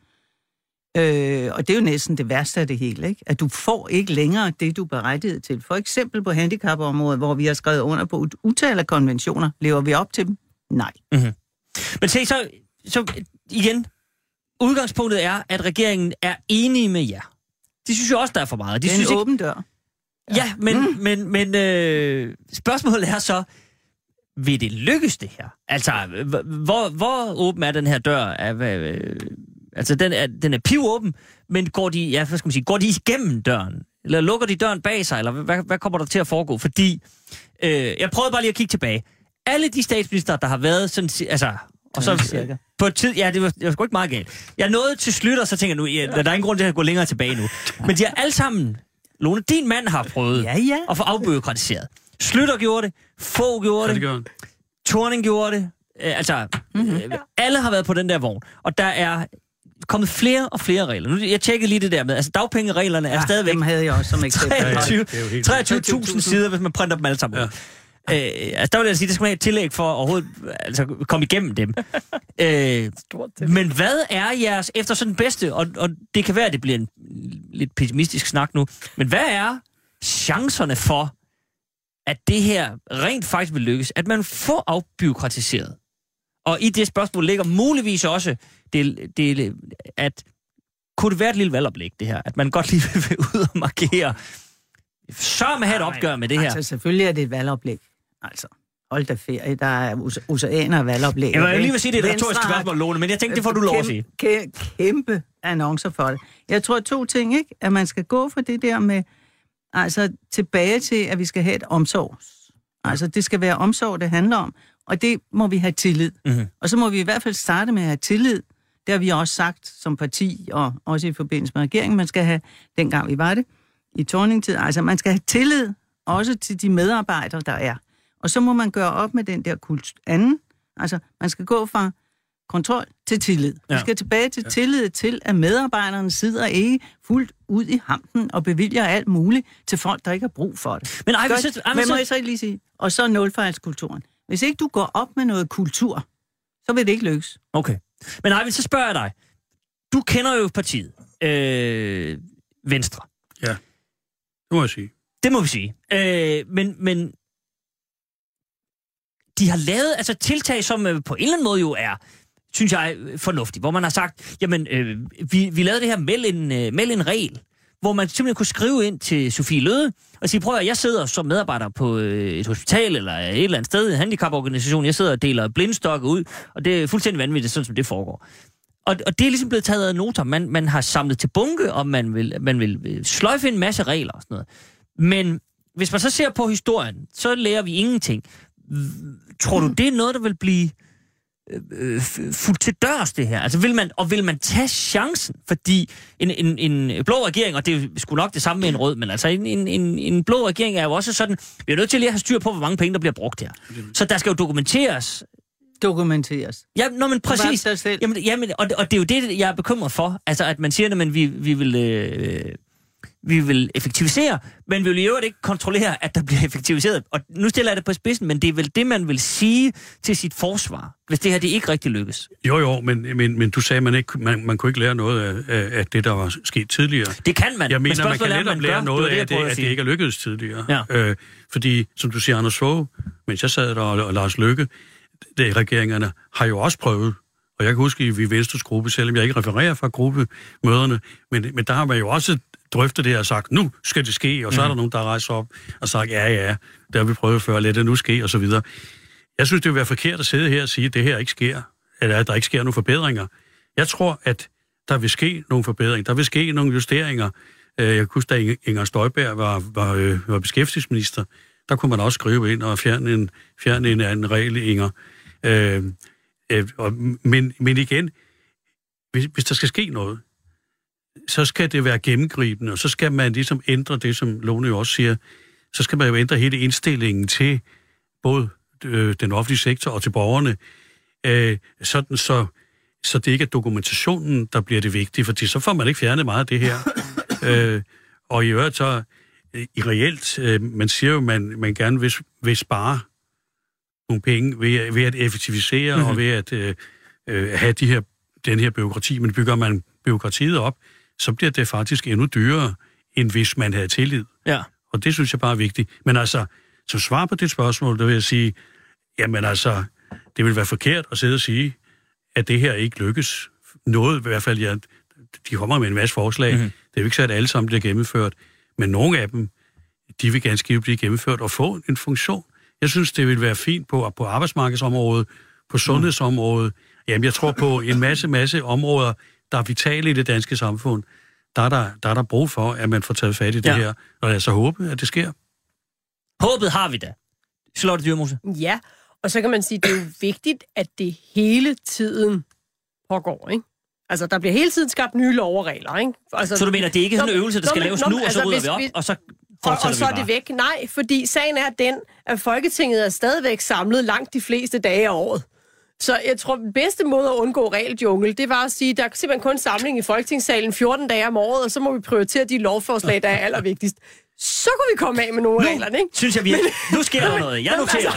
Øh, og det er jo næsten det værste af det hele, ikke? At du får ikke længere det, du er berettiget til. For eksempel på handicapområdet, hvor vi har skrevet under på utal af konventioner. Lever vi op til dem? Nej. Mm-hmm. Men se, så, så igen, udgangspunktet er, at regeringen er enige med jer. De synes jo også, der er for meget. De det er synes en åben ikke... dør. Ja, men, mm. men, men øh, spørgsmålet er så, vil det lykkes det her? Altså, hvor, hvor åben er den her dør? Er, øh, altså, den er, den er pivåben, men går de, ja, hvad skal man sige, går de igennem døren? Eller lukker de døren bag sig? Eller hvad, hvad kommer der til at foregå? Fordi, øh, jeg prøvede bare lige at kigge tilbage. Alle de statsminister, der har været sådan, altså... Og så ja, på et tid, ja, det var, det var sgu ikke meget galt. Jeg nåede til slut, og så tænker jeg nu, ja, der er ingen grund til at gå længere tilbage nu. Men de har alle sammen, Lone, din mand har prøvet ja, ja. at få afbureaukratiseret. Slytter gjorde det, Fogh gjorde det, det Thorning gjorde det. Øh, altså, mm-hmm. øh, alle har været på den der vogn. Og der er kommet flere og flere regler. Nu, jeg tjekkede lige det der med, altså dagpengereglerne er ja, stadigvæk... dem havde jeg også som eksempel. treogtyve tusind sider, hvis man printer dem alle sammen. Ja. Øh, altså, der vil jeg sige, der skal man have et tillæg for at overhovedet altså, komme igennem dem. øh, men hvad er jeres, efter sådan bedste, og, og det kan være, at det bliver en lidt pessimistisk snak nu, men hvad er chancerne for, at det her rent faktisk vil lykkes, at man får afbureaukratiseret? Og i det spørgsmål ligger muligvis også, det, det, at kunne det være et lille valgoplæg, det her? At man godt lige vil ud og markere, så med at have et opgør med det her. Altså, selvfølgelig er det et valgoplæg. Altså, hold da ferie, der er oceaner af valgoplæg. Jeg vil lige vil sige, det er et retorisk spørgsmål, Lone, men jeg tænkte, det får du lov at sige. Kæmpe, kæmpe annoncer for det. Jeg tror to ting, ikke? At man skal gå for det der med, altså tilbage til, at vi skal have et omsorg. Altså, det skal være omsorg, det handler om, og det må vi have tillid. Mm-hmm. Og så må vi i hvert fald starte med at have tillid. Det har vi også sagt som parti, og også i forbindelse med regeringen, man skal have, dengang vi var det, i Thorning-tid, altså man skal have tillid også til de medarbejdere, der er. Og så må man gøre op med den der kult anden. Altså, man skal gå fra kontrol til tillid. Ja. Vi skal tilbage til ja. tillid til, at medarbejderne sidder ikke fuldt ud i hampen og bevilger alt muligt til folk, der ikke har brug for det. Men ej, hvis jeg, ej, men må jeg så lige sige, og så nulfejlskulturen. Hvis ikke du går op med noget kultur, så vil det ikke lykkes. Okay. Men ej, så spørger jeg dig. Du kender jo partiet. Øh, Venstre. Ja, det må jeg sige. Det må vi sige. Øh, men, men de har lavet altså tiltag, som øh, på en eller anden måde jo er, synes jeg, fornuftigt. Hvor man har sagt, jamen, øh, vi, vi lavede det her meld en, øh, meld en regel, hvor man simpelthen kunne skrive ind til Sofie Løde og sige, prøv at jeg sidder som medarbejder på øh, et hospital eller et eller andet sted, en handicaporganisation, jeg sidder og deler blindstokke ud, og det er fuldstændig vanvittigt, sådan som det foregår. Og, og det er ligesom blevet taget af noter. Man, man har samlet til bunke, og man vil, man vil sløjfe en masse regler og sådan noget. Men hvis man så ser på historien, så lærer vi ingenting. Tror du, det er noget, der vil blive øh, fuldt til dørs, det her? Altså, vil man, og vil man tage chancen? Fordi en, en, en blå regering, og det er sgu nok det samme med en rød, men altså en, en, en, en blå regering er jo også sådan, vi er nødt til lige at have styr på, hvor mange penge, der bliver brugt her. Så der skal jo dokumenteres. Dokumenteres. Ja, nå, men præcis. Jamen, jamen, og, og det er jo det, jeg er bekymret for. Altså, at man siger, at vi, vi vil... Øh, vi vil effektivisere, men vi vil jo ikke kontrollere, at der bliver effektiviseret. Og nu stiller jeg det på spidsen, men det er vel det, man vil sige til sit forsvar, hvis det her det ikke rigtig lykkes. Jo, jo, men, men, men du sagde, at man, ikke, man, man kunne ikke lære noget af, af, af det, der var sket tidligere. Det kan man. Jeg mener, men man kan netop man lære gør, noget det af, det, at, det, at det ikke er lykkedes tidligere. Ja. Øh, fordi, som du siger, Anders Fogh, mens jeg sad der, og, og Lars Løkke, det, regeringerne har jo også prøvet. Og jeg kan huske, at vi i Venstres gruppe, selvom jeg ikke refererer fra gruppemøderne, men, men der har man jo også drøftet det her og sagt, nu skal det ske, og så mm. er der nogen, der rejser op og sagt, ja, ja, det har vi prøvet før, lad det nu ske, og så videre. Jeg synes, det vil være forkert at sidde her og sige, at det her ikke sker, eller at der ikke sker nogen forbedringer. Jeg tror, at der vil ske nogle forbedringer, der vil ske nogle justeringer. Jeg kan huske, da Inger Støjberg var, var, var beskæftigelsesminister, der kunne man også skrive ind og fjerne en, fjerne en anden regel, Inger. Øh, øh, og, men, men igen, hvis, hvis der skal ske noget, så skal det være gennemgribende, og så skal man ligesom ændre det, som Lone jo også siger, så skal man jo ændre hele indstillingen til både øh, den offentlige sektor og til borgerne, øh, sådan så, så det ikke er dokumentationen, der bliver det vigtige, fordi så får man ikke fjernet meget af det her. øh, og i øvrigt så, i reelt, øh, man siger jo, man, man gerne vil, vil spare nogle penge ved, ved at effektivisere mm-hmm. og ved at øh, øh, have de her, den her byråkrati, men bygger man byråkratiet op, så bliver det faktisk endnu dyrere, end hvis man havde tillid. Ja. Og det synes jeg bare er vigtigt. Men altså, som svar på det spørgsmål, der vil jeg sige, jamen altså, det vil være forkert at sidde og sige, at det her ikke lykkes. Noget i hvert fald, ja, de kommer med en masse forslag. Mm-hmm. Det er jo ikke så, at alle sammen bliver gennemført. Men nogle af dem, de vil ganske blive gennemført og få en funktion. Jeg synes, det vil være fint på, på arbejdsmarkedsområdet, på sundhedsområdet. Jamen, jeg tror på en masse, masse områder, der er vitale i det danske samfund. Der er der, der er der brug for, at man får taget fat i det ja. her. Og lad os så håbe, at det sker. Håbet har vi da. Charlotte Dyremose. Ja, og så kan man sige, at det er jo vigtigt, at det hele tiden pågår, ikke? Altså, der bliver hele tiden skabt nye lov og regler, ikke? Altså, så du mener, det er ikke sådan en øvelse, der skal laves nu, og så rydder vi op, og så og, og så er det væk? Nej, fordi sagen er den, at Folketinget er stadigvæk samlet langt de fleste dage af året. Så jeg tror, den bedste måde at undgå regeljungle, det var at sige, at der er simpelthen kun samling i Folketingssalen fjorten dage om året, og så må vi prioritere de lovforslag, der er allervigtigst. Så kunne vi komme af med nogle nu, reglerne, ikke? Synes jeg, vi... Men, nu sker der noget. Jeg noterer.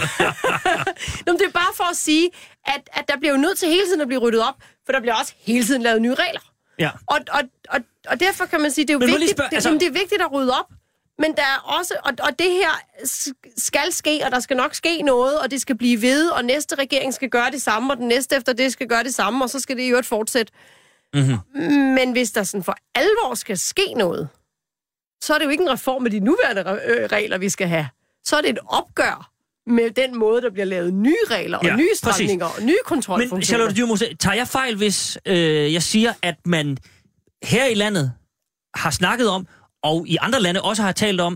Altså, det er bare for at sige, at, at der bliver jo nødt til hele tiden at blive ryddet op, for der bliver også hele tiden lavet nye regler. Ja. Og, og, og, og derfor kan man sige, det er jo vigtigt, spørge, altså... det, det er vigtigt at rydde op. Men der er også, og, og det her skal ske, og der skal nok ske noget, og det skal blive ved, og næste regering skal gøre det samme, og den næste efter det skal gøre det samme, og så skal det i øvrigt fortsætte. Mm-hmm. Men hvis der sådan for alvor skal ske noget, så er det jo ikke en reform med de nuværende regler, vi skal have. Så er det et opgør med den måde, der bliver lavet nye regler, og ja, nye stramninger, præcis. Og nye kontrolfunktioner. Men Charlotte Dyremose, tager jeg fejl, hvis øh, jeg siger, at man her i landet har snakket om, og i andre lande også har talt om,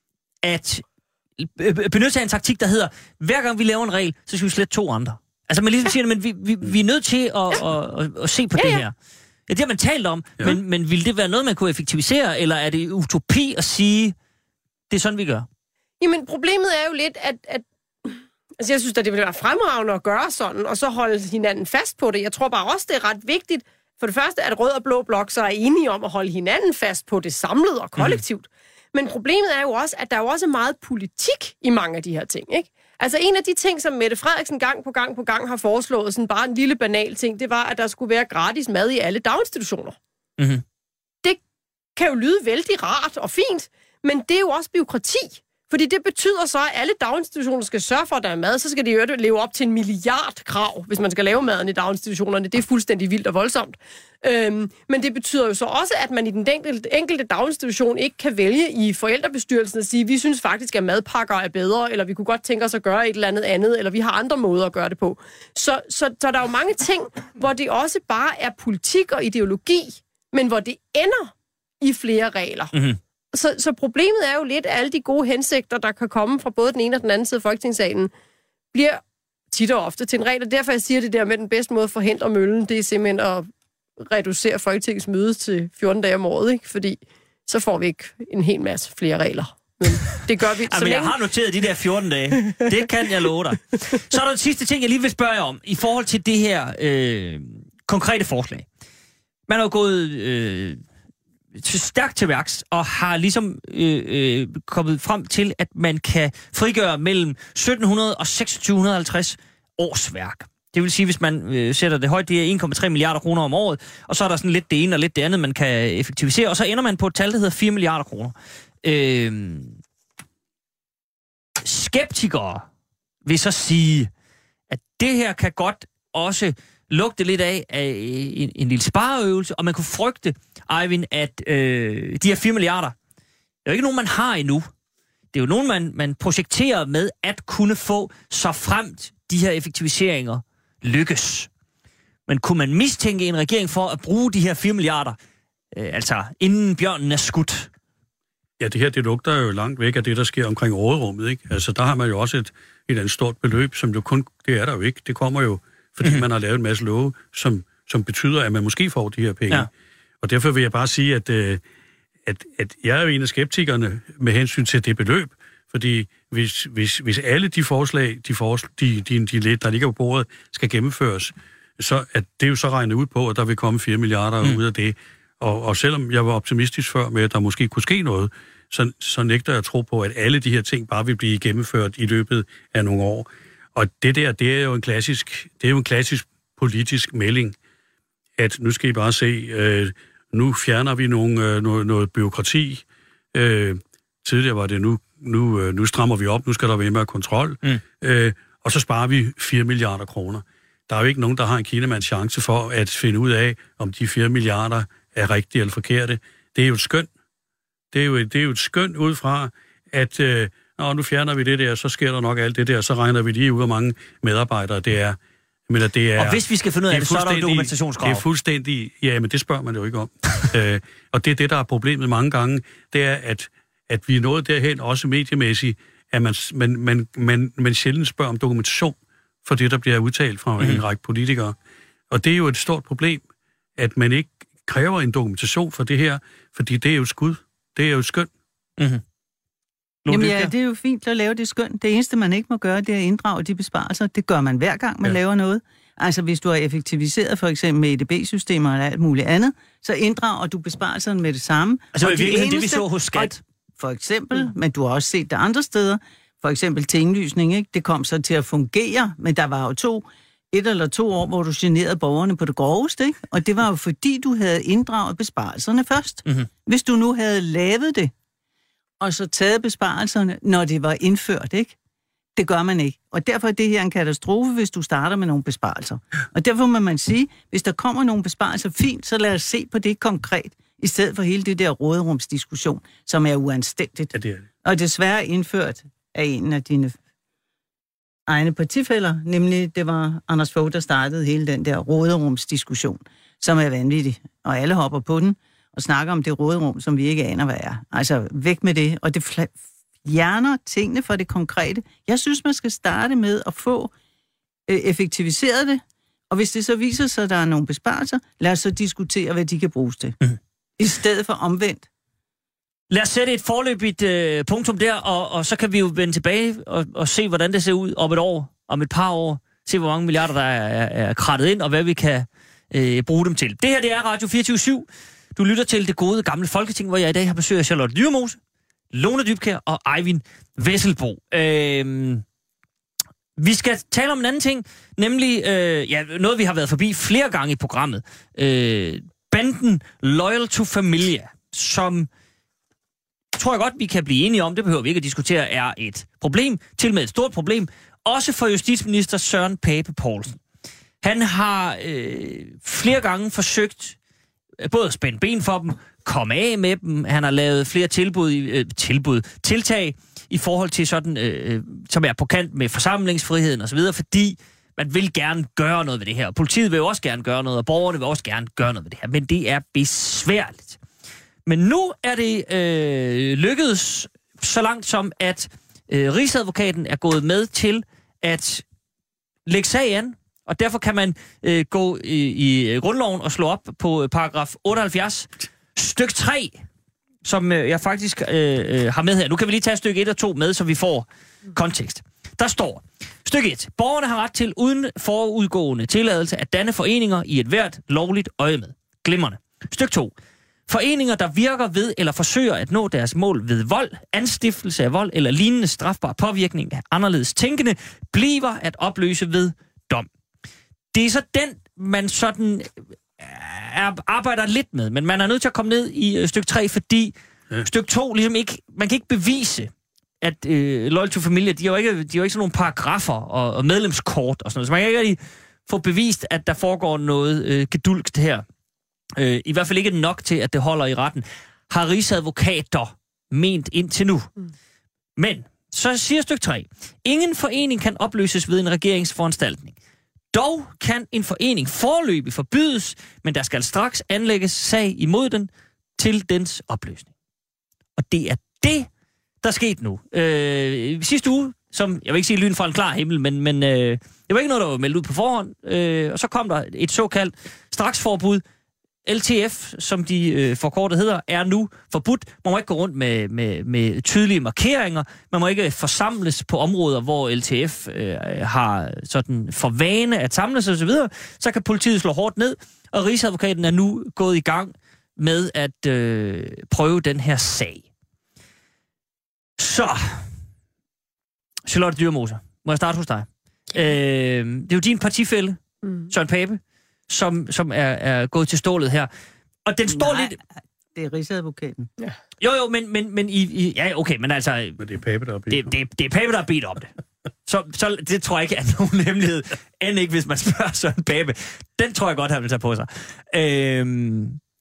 at benytte sig af en taktik, der hedder, hver gang vi laver en regel, så skal vi slette to andre. Altså man ligesom ja. siger, men vi, vi, vi er nødt til at, ja. at, at, at se på ja, det her. Ja, det har man talt om, ja. men, men vil det være noget, man kunne effektivisere, eller er det utopi at sige, det er sådan, vi gør? Jamen, problemet er jo lidt, at, at altså, jeg synes, at det ville være fremragende at gøre sådan, og så holde hinanden fast på det. Jeg tror bare også, det er ret vigtigt, for det første, at rød og blå blok så er enige om at holde hinanden fast på det samlet og kollektivt. Mm. Men problemet er jo også, at der er jo også meget politik i mange af de her ting, ikke? Altså en af de ting, som Mette Frederiksen gang på gang på gang har foreslået, sådan bare en lille banal ting, det var, at der skulle være gratis mad i alle daginstitutioner. Mm-hmm. Det kan jo lyde vældig rart og fint, men det er jo også bureaukrati. Fordi det betyder så, at alle daginstitutioner skal sørge for, at der er mad, så skal de jo leve op til en milliard krav, hvis man skal lave maden i daginstitutionerne. Det er fuldstændig vildt og voldsomt. Øhm, men det betyder jo så også, at man i den enkelte, enkelte daginstitution ikke kan vælge i forældrebestyrelsen at sige, vi synes faktisk, at madpakker er bedre, eller vi kunne godt tænke os at gøre et eller andet andet, eller vi har andre måder at gøre det på. Så, så, så der er jo mange ting, hvor det også bare er politik og ideologi, men hvor det ender i flere regler. Mm-hmm. Så, så problemet er jo lidt, at alle de gode hensigter, der kan komme fra både den ene og den anden side af Folketingssalen, bliver tit og ofte til en regel. Og derfor jeg siger det der med den bedste måde at forhindre møllen, det er simpelthen at reducere Folketingets møde til fjorten dage om året, ikke? Fordi så får vi ikke en hel masse flere regler. Men det gør vi. Ja, men jeg længe... har noteret de der fjorten dage. Det kan jeg love dig. Så er der en sidste ting, jeg lige vil spørge jer om, i forhold til det her øh, konkrete forslag. Man har jo gået øh, stærkt til værks, og har ligesom øh, øh, kommet frem til, at man kan frigøre mellem sytten hundrede og seksogtyve halvtreds årsværk. Det vil sige, hvis man øh, sætter det højt, det er en komma tre milliarder kroner om året, og så er der sådan lidt det ene og lidt det andet, man kan effektivisere, og så ender man på et tal, der hedder fire milliarder kroner. Øh, skeptikere vil så sige, at det her kan godt også lugte lidt af, af en, en lille spareøvelse, og man kunne frygte, Eivind, at øh, de her fire milliarder, det er jo ikke nogen, man har endnu. Det er jo nogen, man, man projekterer med at kunne få, så fremt de her effektiviseringer lykkes. Men kunne man mistænke en regering for at bruge de her fire milliarder, øh, altså inden bjørnen er skudt? Ja, det her, det lugter jo langt væk af det, der sker omkring råderummet, ikke? Altså, der har man jo også et, et andet stort beløb, som jo kun, det er der jo ikke. Det kommer jo, fordi mm-hmm. man har lavet en masse love, som, som betyder, at man måske får de her penge. Ja. Og derfor vil jeg bare sige, at, at, at jeg er jo en af skeptikerne med hensyn til det beløb, fordi hvis, hvis, hvis alle de forslag, de, forslag de, de, de lidt, der ligger på bordet, skal gennemføres, så er det jo så regnet ud på, at der vil komme fire milliarder mm. ud af det. Og, og selvom jeg var optimistisk før med, at der måske kunne ske noget, så, så nægter jeg at tro på, at alle de her ting bare vil blive gennemført i løbet af nogle år. Og det der, det er jo en klassisk, det er jo en klassisk politisk melding, at nu skal I bare se, øh, nu fjerner vi nogle, øh, noget, noget byråkrati. Øh, tidligere var det, nu, nu, øh, nu strammer vi op, nu skal der være mere kontrol, mm. øh, og så sparer vi fire milliarder kroner. Der er jo ikke nogen, der har en kinemands chance for at finde ud af, om de fire milliarder er rigtige eller forkerte. Det er jo et skøn. Det er jo et, det er jo et skøn ud fra, at øh, nå, nu fjerner vi det der, så sker der nok alt det der, så regner vi lige ud, hvor mange medarbejdere det er. Men det er og hvis vi skal finde ud af det, så er der jo dokumentationskrav. Det er fuldstændig... Ja, men det spørger man jo ikke om. øh, og det er det, der er problemet mange gange, det er, at, at vi er nået derhen, også mediemæssigt, at man, man, man, man, man sjældent spørger om dokumentation for det, der bliver udtalt fra mm-hmm. en række politikere. Og det er jo et stort problem, at man ikke kræver en dokumentation for det her, fordi det er jo et skud. Det er jo et skøn. Mm-hmm. Jamen ja, det er jo fint at lave det skøn. Det eneste, man ikke må gøre, det er at inddrage de besparelser. Det gør man hver gang, man ja. laver noget. Altså, hvis du har effektiviseret for eksempel med E D B-systemer eller alt muligt andet, så inddrager du besparelserne med det samme. Altså, i virkeligheden det, vi så hos Skat. For eksempel, mm. men du har også set det andre steder. For eksempel tinglysning, ikke? Det kom så til at fungere, men der var jo to, et eller to år, hvor du generede borgerne på det groveste, ikke? Og det var jo fordi, du havde inddraget besparelserne først. Mm-hmm. Hvis du nu havde lavet det, og så taget besparelserne, når det var indført, ikke? Det gør man ikke. Og derfor er det her en katastrofe, hvis du starter med nogle besparelser. Og derfor må man sige, hvis der kommer nogle besparelser, fint, så lad os se på det konkret, i stedet for hele det der råderumsdiskussion, som er uanstændigt. Ja, det er det. Og desværre indført af en af dine egne partifæller, nemlig det var Anders Fogh, der startede hele den der råderumsdiskussion, som er vanvittig. Og alle hopper på den og snakker om det råderum, som vi ikke aner, hvad er. Altså væk med det, og det fjerner tingene for det konkrete. Jeg synes, man skal starte med at få øh, effektiviseret det, og hvis det så viser sig, at der er nogle besparelser, lad os så diskutere, hvad de kan bruges til. Mm. I stedet for omvendt. Lad os sætte et forløbigt øh, punktum der, og, og så kan vi jo vende tilbage og, og se, hvordan det ser ud om et år, om et par år. Se, hvor mange milliarder, der er, er, er krattet ind, og hvad vi kan øh, bruge dem til. Det her, det er Radio fireogtyve syv. Du lytter til det gode gamle Folketing, hvor jeg i dag har besøg af Charlotte Dyremose, Lone Dybkjær og Eivind Vesselbo. Øh, vi skal tale om en anden ting, nemlig øh, ja, noget, vi har været forbi flere gange i programmet. Øh, banden Loyal to Familia, som tror jeg godt, vi kan blive enige om, det behøver vi ikke at diskutere, er et problem, til med et stort problem, også for justitsminister Søren Pape Poulsen. Han har øh, flere gange forsøgt både at spænde ben for dem, komme af med dem. Han har lavet flere tilbud, øh, tilbud tiltag i forhold til sådan, øh, som er på kant med forsamlingsfriheden osv., fordi man vil gerne gøre noget ved det her. Politiet vil jo også gerne gøre noget, og borgerne vil også gerne gøre noget ved det her, men det er besværligt. Men nu er det øh, lykkedes så langt som, at øh, Rigsadvokaten er gået med til at lægge sag an, og derfor kan man øh, gå i, i grundloven og slå op på paragraf otteoghalvfjerds, stykke tre, som øh, jeg faktisk øh, øh, har med her. Nu kan vi lige tage stykke et og to med, så vi får kontekst. Der står, stykke et. Borgerne har ret til uden forudgående tilladelse at danne foreninger i et hvert lovligt øje med. Glimrende. Stykke to. Foreninger, der virker ved eller forsøger at nå deres mål ved vold, anstiftelse af vold eller lignende strafbar påvirkning af anderledes tænkende, bliver at opløse ved dom. Det er så den, man sådan er, arbejder lidt med, men man er nødt til at komme ned i øh, stykke tre, fordi ja. stykke to ligesom ikke, man kan ikke bevise, at øh, Loyal to Familia, de er jo ikke, de er jo ikke sådan nogle paragrafer og, og medlemskort og sådan noget, så man kan ikke rigtig få bevist, at der foregår noget øh, gedulgt her. Øh, I hvert fald ikke nok til, at det holder i retten, har rigsadvokater ment indtil nu. Mm. Men, så siger stykke tre, ingen forening kan opløses ved en regeringsforanstaltning. Dog kan en forening foreløbig forbydes, men der skal straks anlægges sag imod den til dens opløsning. Og det er det, der skete nu. Øh, sidste uge, som, jeg vil ikke sige lyn fra en klar himmel, men, men øh, det var ikke noget, der var meldt ud på forhånd, øh, og så kom der et såkaldt straksforbud. L T F, som de øh, forkortet hedder, er nu forbudt. Man må ikke gå rundt med, med, med tydelige markeringer. Man må ikke forsamles på områder, hvor L T F øh, har sådan for vane at samles osv. Så, så kan politiet slå hårdt ned, og rigsadvokaten er nu gået i gang med at øh, prøve den her sag. Så, Charlotte Dyremose, må jeg starte hos dig? Øh, det er jo din partifælle, mm. Søren Pape, som, som er, er gået til stålet her. Og den står Nej, lidt... det er rigsadvokaten. Ja. Jo, jo, men, men, men i, i... Ja, okay, men altså... Men det er Pape, der har bedt det, det, det er Pape, der har bedt om det. Så, så det tror jeg ikke er nogen hemmelighed. End ikke, hvis man spørger Søren Pape. Den tror jeg godt, han vil tage på sig. Øhm,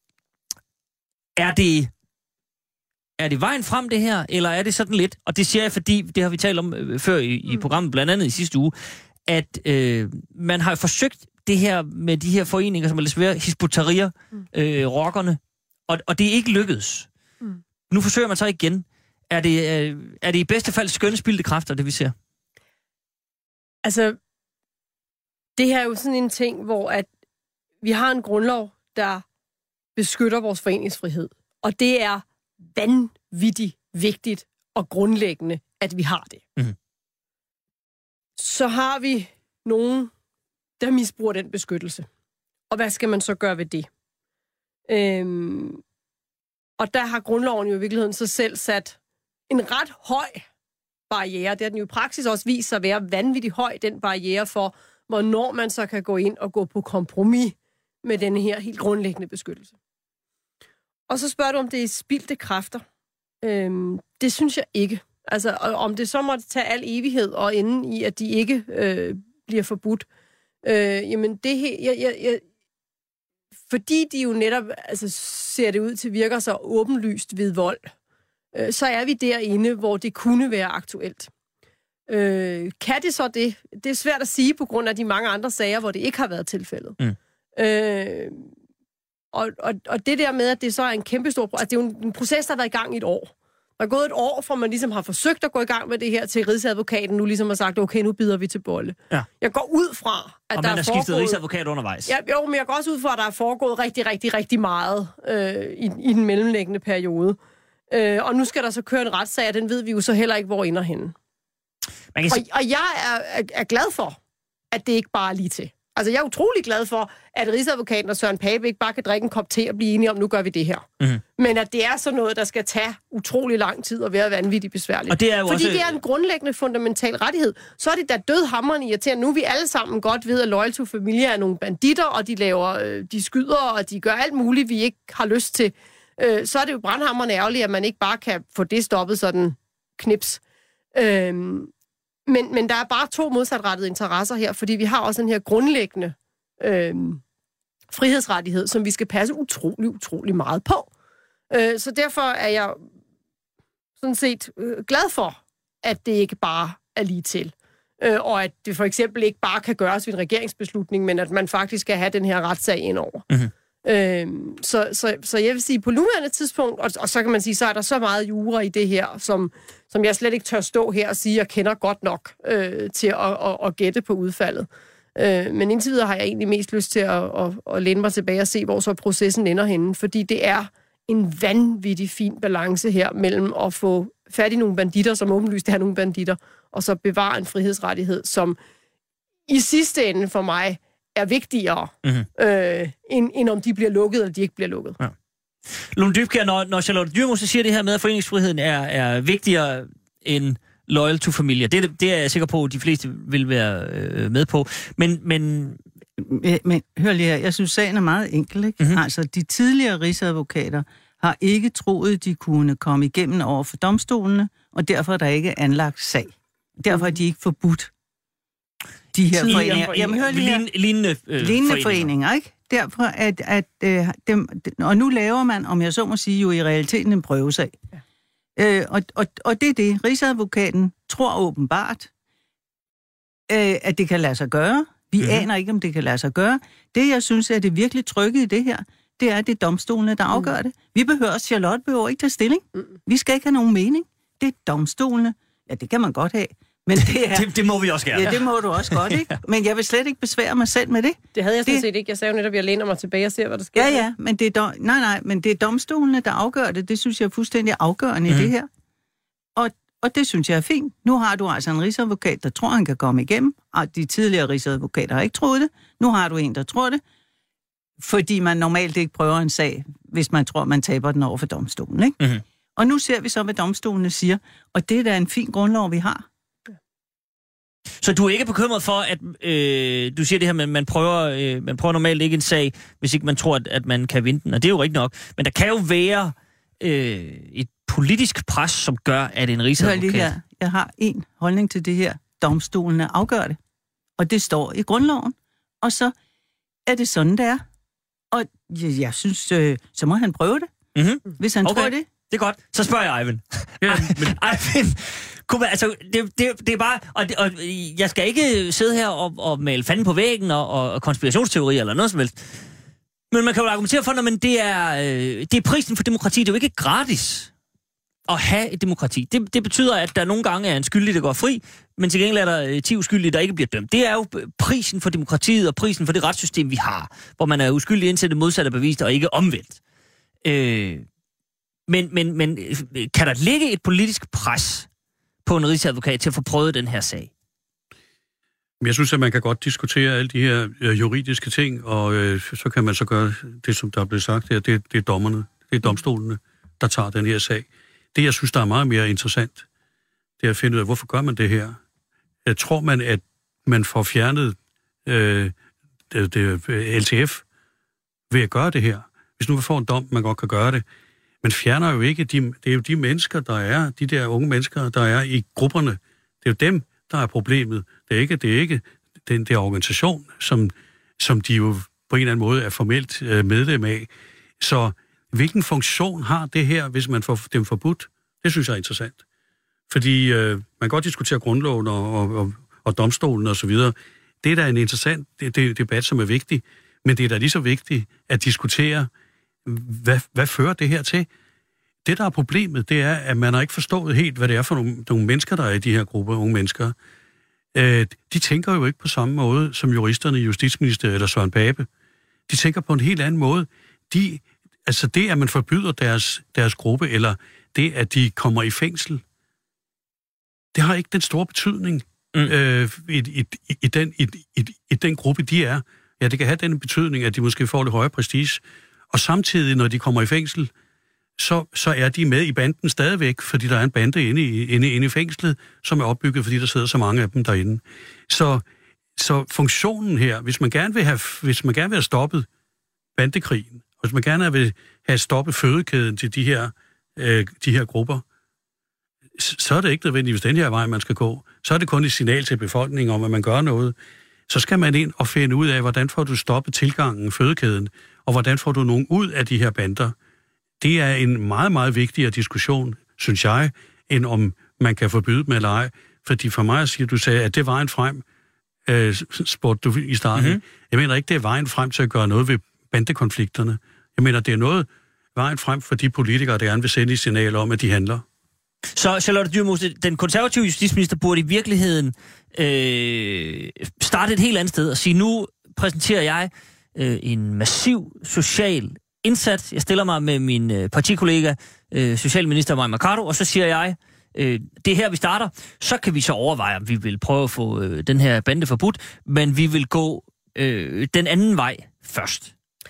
er det... Er det vejen frem, det her, eller er det sådan lidt... Og det siger jeg, fordi det har vi talt om øh, før i, i programmet, blandt andet i sidste uge, at øh, man har forsøgt det her med de her foreninger, som er lidt svære, Hizb ut-Tahrir, øh, rockerne, og, og det er ikke lykkedes. Mm. Nu forsøger man så igen. Er det, øh, er det i bedste fald skønne spildte kræfter, det vi ser? Altså, det her er jo sådan en ting, hvor at vi har en grundlov, der beskytter vores foreningsfrihed. Og det er vanvittigt vigtigt og grundlæggende, at vi har det. Mm. Så har vi nogen, der misbruger den beskyttelse. Og hvad skal man så gøre ved det? Øhm, og der har grundloven jo i virkeligheden så selv sat en ret høj barriere. Det har den jo i praksis også vist sig at være vanvittigt høj, den barriere for, hvornår man så kan gå ind og gå på kompromis med denne her helt grundlæggende beskyttelse. Og så spørger du, om det er spildte kræfter. Øhm, det synes jeg ikke. Altså, om det så måtte tage al evighed og ende i, at de ikke øh, bliver forbudt. Øh, jamen, det her... Jeg, jeg, jeg, fordi de jo netop altså, ser det ud til virker så åbenlyst ved vold, øh, så er vi derinde, hvor det kunne være aktuelt. Øh, kan det så det? Det er svært at sige på grund af de mange andre sager, hvor det ikke har været tilfældet. Mm. Øh, og, og, og det der med, at det så er en kæmpestor... Altså, det er jo en, en proces, der har været i gang i et år. Der er gået et år, fra man ligesom har forsøgt at gå i gang med det her, til rigsadvokaten nu ligesom har sagt, okay, nu bider vi til bolle. Ja. Jeg går ud fra, at og der man er skiftet foregået... rigsadvokat undervejs. Ja, jo, men jeg går også ud fra, at der er foregået rigtig, rigtig, rigtig meget øh, i, i den mellemliggende periode. Øh, og nu skal der så køre en retssag, og den ved vi jo så heller ikke, hvor ender henne. Man kan... og, og jeg er, er, er glad for, at det ikke bare er lige til. Altså, jeg er utrolig glad for, at rigsadvokaten og Søren Pape ikke bare kan drikke en kop te og blive enige om, nu gør vi det her. Mm-hmm. Men at det er sådan noget, der skal tage utrolig lang tid og være vanvittigt besværligt. Og det er jo Fordi også... det er en grundlæggende fundamental rettighed. Så er det da dødhamrende irriterende. Nu er vi alle sammen godt ved, at Loyal to Familia er nogle banditter, og de laver, øh, de skyder, og de gør alt muligt, vi ikke har lyst til. Øh, så er det jo brandhamrende ærgerligt, at man ikke bare kan få det stoppet sådan knips. Øh, Men, men der er bare to modsatrettede interesser her, fordi vi har også den her grundlæggende øh, frihedsrettighed, som vi skal passe utrolig, utrolig meget på. Øh, så derfor er jeg sådan set øh, glad for, at det ikke bare er lige til. Øh, og at det for eksempel ikke bare kan gøres ved en regeringsbeslutning, men at man faktisk skal have den her retssag indover. Mm-hmm. Øh, så, så, så jeg vil sige, på nuværende tidspunkt, og, og så kan man sige, så er der så meget jura i det her, som, som jeg slet ikke tør stå her og sige, at jeg kender godt nok øh, til at, at, at gætte på udfaldet. Øh, men indtil videre har jeg egentlig mest lyst til at, at, at læne mig tilbage og se, hvor så processen ender henne, fordi det er en vanvittig fin balance her mellem at få fat i nogle banditter, som åbenlyst er nogle banditter, og så bevare en frihedsrettighed, som i sidste ende for mig er vigtigere, mm-hmm. øh, end, end om de bliver lukket, eller de ikke bliver lukket. Ja. Lone Dybkjær, når, når Charlotte Dyremose siger det her med, at foreningsfriheden er, er vigtigere end loyal to familier, det, det er jeg sikker på, at de fleste vil være øh, med på. Men, men... Men, men hør lige her, jeg synes, sagen er meget enkel, ikke? Mm-hmm. Altså, de tidligere rigsadvokater har ikke troet, de kunne komme igennem over for domstolene, og derfor er der ikke anlagt sag. Derfor er de ikke forbudt. De her tidligere foreninger. Jamen, hør lige her. Lignende, lignende, øh, lignende foreninger. foreninger, ikke? Derfor at, at øh, dem, og nu laver man, om jeg så må sige, jo i realiteten en prøvesag. Ja. Øh, og, og, og det er det. Rigsadvokaten tror åbenbart, øh, at det kan lade sig gøre. Vi mm-hmm. aner ikke, om det kan lade sig gøre. Det, jeg synes, er det virkelig trygge i det her, det er, at det er domstolene, der afgør mm. det. Vi behøver, Charlotte behøver ikke tage stilling. Mm. Vi skal ikke have nogen mening. Det er domstolene. Ja, det kan man godt have. Men det, er, det, det må vi også gerne. Ja, det må du også godt, ikke? Men jeg vil slet ikke besvære mig selv med det. Det havde jeg sådan set ikke. Jeg sagde jo netop, at jeg læner mig tilbage og ser, hvad der sker. Ja, ja, men det er, do- nej, nej, men det er domstolene, der afgør det. Det synes jeg er fuldstændig afgørende mm. i det her. Og, og det synes jeg er fint. Nu har du altså en rigsadvokat, der tror, han kan komme igennem. Og de tidligere rigsadvokater har ikke troet det. Nu har du en, der tror det. Fordi man normalt ikke prøver en sag, hvis man tror, man taber den over for domstolen, ikke? Mm-hmm. Og nu ser vi så, hvad domstolene siger. Og det er da en fin grundlov, vi har. Så du er ikke bekymret for, at øh, du siger det her med, at man prøver, øh, man prøver normalt ikke en sag, hvis ikke man tror, at, at man kan vinde den. Og det er jo rigtigt nok. Men der kan jo være øh, et politisk pres, som gør, at en rigsadvokat... Jeg har en holdning til det her. Domstolene afgør det. Og det står i grundloven. Og så er det sådan, det er. Og jeg, jeg synes, øh, så må han prøve det. Mm-hmm. Hvis han okay. tror det. Det er godt. Så spørger jeg Eivind. Ja, men... Eivind, kunne, altså, det, det, det er bare... Og, og jeg skal ikke sidde her og, og male fanden på væggen og, og konspirationsteorier eller noget som helst. Men man kan jo argumentere for, at det er, øh, det er prisen for demokrati. Det er jo ikke gratis at have et demokrati. Det, det betyder, at der nogle gange er en skyldig, der går fri, men til gengæld er der ti uskyldige, der ikke bliver dømt. Det er jo prisen for demokratiet og prisen for det retssystem, vi har, hvor man er uskyldig indtil det modsatte er bevist og ikke omvendt. Øh, men, men, men kan der ligge et politisk pres på en rigsadvokat til at få prøvet den her sag? Jeg synes, at man kan godt diskutere alle de her øh, juridiske ting, og øh, så kan man så gøre det, som der er blevet sagt her. Det, det er dommerne, det er domstolene, der tager den her sag. Det, jeg synes, der er meget mere interessant, det er at finde ud af, hvorfor gør man det her? Jeg tror man, at man får fjernet øh, det, det, L T F ved at gøre det her. Hvis nu vi får en dom, man godt kan gøre det. Man fjerner jo ikke, de, det er jo de mennesker, der er, de der unge mennesker, der er i grupperne. Det er jo dem, der er problemet. Det er ikke, det er ikke den der organisation, som, som de jo på en eller anden måde er formelt øh, medlem af. Så hvilken funktion har det her, hvis man får dem forbudt? Det synes jeg er interessant. Fordi øh, man kan godt diskutere grundloven og, og, og, og domstolen og så videre. Det er da en interessant det, det, debat, som er vigtig. Men det er da lige så vigtigt at diskutere, hvad, hvad fører det her til? Det, der er problemet, det er, at man har ikke forstået helt, hvad det er for nogle, nogle mennesker, der er i de her grupper, unge mennesker. Øh, de tænker jo ikke på samme måde som juristerne i Justitsministeriet eller Søren Pape. De tænker på en helt anden måde. De, altså det, at man forbyder deres, deres gruppe, eller det, at de kommer i fængsel, det har ikke den store betydning mm. øh, i, i, i, den, i, i, i den gruppe, de er. Ja, det kan have den betydning, at de måske får lidt højere prestige. Og samtidig, når de kommer i fængsel, så, så er de med i banden stadigvæk, fordi der er en bande inde i, inde, inde i fængslet, som er opbygget, fordi der sidder så mange af dem derinde. Så, så funktionen her, hvis man gerne vil have, hvis man gerne vil have stoppet bandekrigen, og hvis man gerne vil have stoppet fødekæden til de her, øh, de her grupper, så er det ikke nødvendigvis den her vej, man skal gå. Så er det kun et signal til befolkningen om, at man gør noget. Så skal man ind og finde ud af, hvordan får du stoppet tilgangen, fødekæden, og hvordan får du nogen ud af de her bander. Det er en meget, meget vigtigere diskussion, synes jeg, end om man kan forbyde dem eller ej. Fordi for mig siger du sagde, at det er vejen frem, øh, spurgte du i starten. Mm-hmm. Jeg mener ikke, det er vejen frem til at gøre noget ved bandekonflikterne. Jeg mener, det er noget vejen frem for de politikere, der gerne vil sende i signaler om, at de handler. Så Charlotte Dyremose, den konservative justitsminister burde i virkeligheden øh, starte et helt andet sted og sige, nu præsenterer jeg øh, en massiv social indsats. Jeg stiller mig med min øh, partikollega, øh, socialminister Mai Mercado, og så siger jeg, øh, det er her, vi starter. Så kan vi så overveje, om vi vil prøve at få øh, den her bande forbudt, men vi vil gå øh, den anden vej først.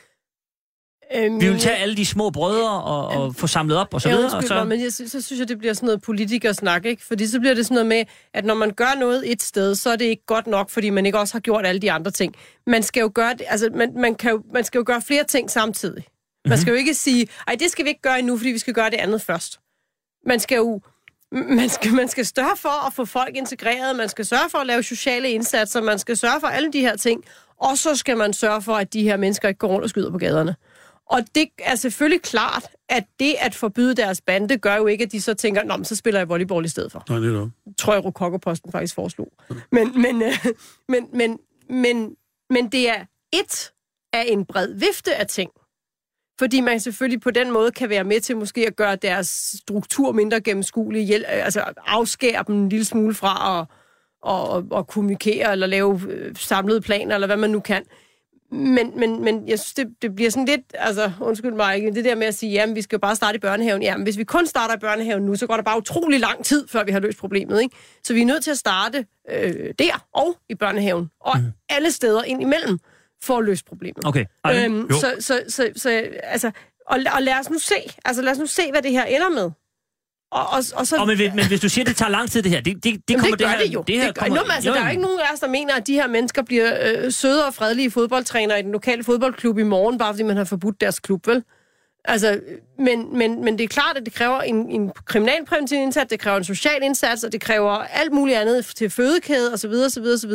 Øhm, vi vil tage alle de små brødre og, og øh, få samlet op og så videre. Ja, og så... men jeg synes, så synes jeg, det bliver sådan noget politikersnak, ikke? Fordi så bliver det sådan noget med, at når man gør noget et sted, så er det ikke godt nok, fordi man ikke også har gjort alle de andre ting. Man skal jo gøre det, altså man, man, kan jo, man skal jo gøre flere ting samtidig. Man mm-hmm. skal jo ikke sige, ej, det skal vi ikke gøre endnu, fordi vi skal gøre det andet først. Man skal jo man skal, man skal sørge for at få folk integreret, man skal sørge for at lave sociale indsatser, man skal sørge for alle de her ting, og så skal man sørge for, at de her mennesker ikke går rundt og skyder på gaderne. Og det er selvfølgelig klart, at det at forbyde deres bande, gør jo ikke, at de så tænker, nå, men så spiller jeg volleyball i stedet for. Nej, det er det. Tror jeg, Rokokoposten faktisk foreslog. Men, men, øh, men, men, men, men det er et af en bred vifte af ting. Fordi man selvfølgelig på den måde kan være med til måske at gøre deres struktur mindre gennemskuelig, hjæl- altså afskære dem en lille smule fra at, at, at kommunikere eller lave samlede planer, eller hvad man nu kan. Men, men, men jeg synes, det, det bliver sådan lidt, altså undskyld mig, ikke, det der med at sige, jamen vi skal bare starte i børnehaven. Jamen hvis vi kun starter i børnehaven nu, så går der bare utrolig lang tid, før vi har løst problemet, ikke? Så vi er nødt til at starte øh, der og i børnehaven, og mm. alle steder ind imellem, for at løse problemet. Okay. Øhm, så, så, så, så, altså, og, og lad os nu se, altså lad os nu se, hvad det her ender med. Og, og, og så... Oh, men, men hvis du siger, det tager lang tid, det her, det, det, det kommer det, gør det her... det jo. Det her det gør, kommer, nu, altså, jo, der er jo ikke nogen af os, der mener, at de her mennesker bliver øh, søde og fredelige fodboldtrænere i den lokale fodboldklub i morgen, bare fordi man har forbudt deres klub, vel? Altså, men, men, men det er klart, at det kræver en, en kriminalpræventiv indsats, det kræver en social indsats, og det kræver alt muligt andet til fødekæde, osv., osv., osv.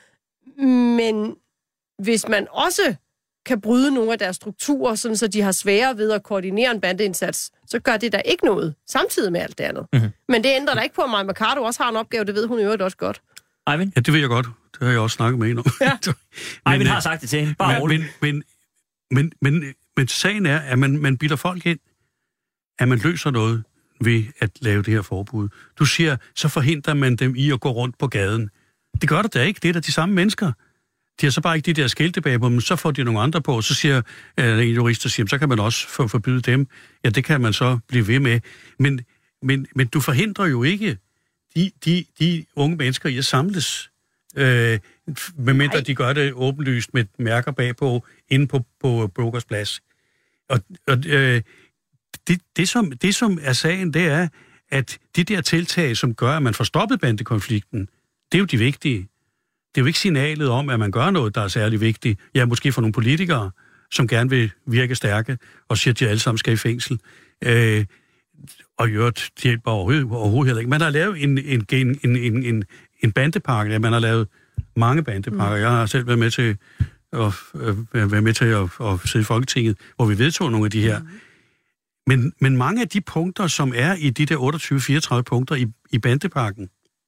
Men hvis man også kan bryde nogle af deres strukturer, sådan så de har sværere ved at koordinere en bandeindsats, så gør det der ikke noget, samtidig med alt det andet. Mm-hmm. Men det ændrer der ikke på, at Mai Mercado også har en opgave, det ved hun i øvrigt også godt. Eivind? Ja, det ved jeg godt. Det har jeg også snakket med hende om. Ja. Eivind har sagt det til hende. Bare men, men, men, men, men, men sagen er, at man, man bilder folk ind, at man løser noget ved at lave det her forbud. Du siger, så forhindrer man dem i at gå rundt på gaden. Det gør det da ikke. Det er da de samme mennesker. De har så bare ikke de der skilte bag på, men så får de nogle andre på, så siger øh, en jurist, der siger, så kan man også for, forbyde dem. Ja, det kan man så blive ved med. Men, men, men du forhindrer jo ikke de, de, de unge mennesker i at samles, øh, medmindre de gør det åbenlyst med mærker bagpå, inde på, på Brokers Plads. Og, og øh, det, det, som, det, som er sagen, det er, at de der tiltag, som gør, at man får stoppet bandekonflikten, det er jo de vigtige. Det er jo ikke signalet om, at man gør noget, der er særlig vigtigt. Ja, måske for nogle politikere, som gerne vil virke stærke, og siger, at de alle sammen skal i fængsel. Øh, og i øvrigt, de hjælper overhovedet, overhovedet heller ikke. Man har lavet en, en, en, en, en, en bandepakke. Ja, man har lavet mange bandepakker. Mm. Jeg har selv været med til at, øh, været med til at, at sidde i Folketinget, hvor vi vedtog nogle af de her. Mm. Men, men mange af de punkter, som er i de der otteogtyve fireogtredive punkter i, i bandepakken,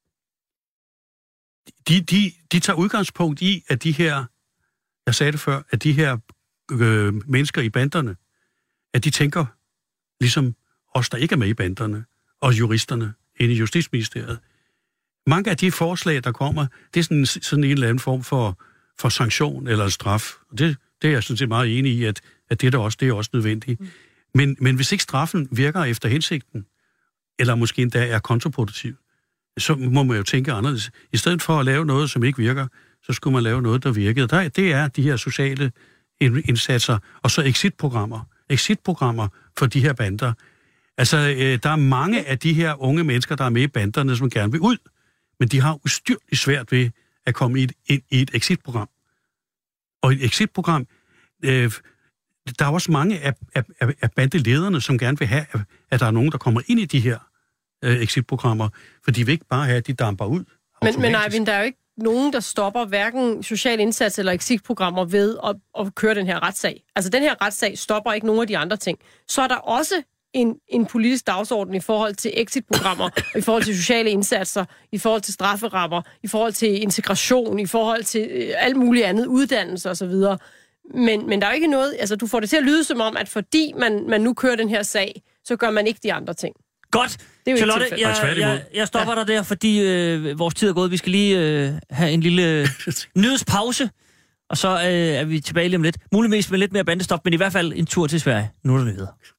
De, de, de tager udgangspunkt i, at de her, jeg sagde det før, at de her øh, mennesker i banderne, at de tænker, ligesom os, der ikke er med i banderne, og juristerne inde i Justitsministeriet. Mange af de forslag, der kommer, det er sådan, sådan en eller anden form for, for sanktion eller straf. Og det, det er jeg sådan set meget enig i, at, at det, der også, det er også nødvendigt. Mm. Men, men hvis ikke straffen virker efter hensigten, eller måske endda er kontraproduktiv, så må man jo tænke anderledes. I stedet for at lave noget, som ikke virker, så skulle man lave noget, der virkede. Der, det er de her sociale indsatser, og så exit-programmer. Exit-programmer for de her bander. Altså, øh, der er mange af de her unge mennesker, der er med i banderne, som gerne vil ud, men de har ustyrligt svært ved at komme i et, i, i et exit-program. Og et exit-program, øh, der er også mange af, af, af bandelederne, som gerne vil have, at der er nogen, der kommer ind i de her exit-programmer, for de vil ikke bare have, at de damper ud. Men, men Eivind, der er jo ikke nogen, der stopper hverken social indsats eller exit-programmer ved at, at køre den her retssag. Altså, den her retssag stopper ikke nogen af de andre ting. Så er der også en, en politisk dagsorden i forhold til exit-programmer, i forhold til sociale indsatser, i forhold til strafferammer, i forhold til integration, i forhold til øh, alt muligt andet, uddannelse osv. Men, men der er jo ikke noget... Altså, du får det til at lyde som om, at fordi man, man nu kører den her sag, så gør man ikke de andre ting. Godt. Det er jo Charlotte, ikke jeg, jeg, jeg stopper ja. dig der, fordi øh, vores tid er gået. Vi skal lige øh, have en lille øh, nyhedspause, og så øh, er vi tilbage lige om lidt. Muligvis med lidt mere bandestop, men i hvert fald en tur til Sverige. Nu er der nyheder.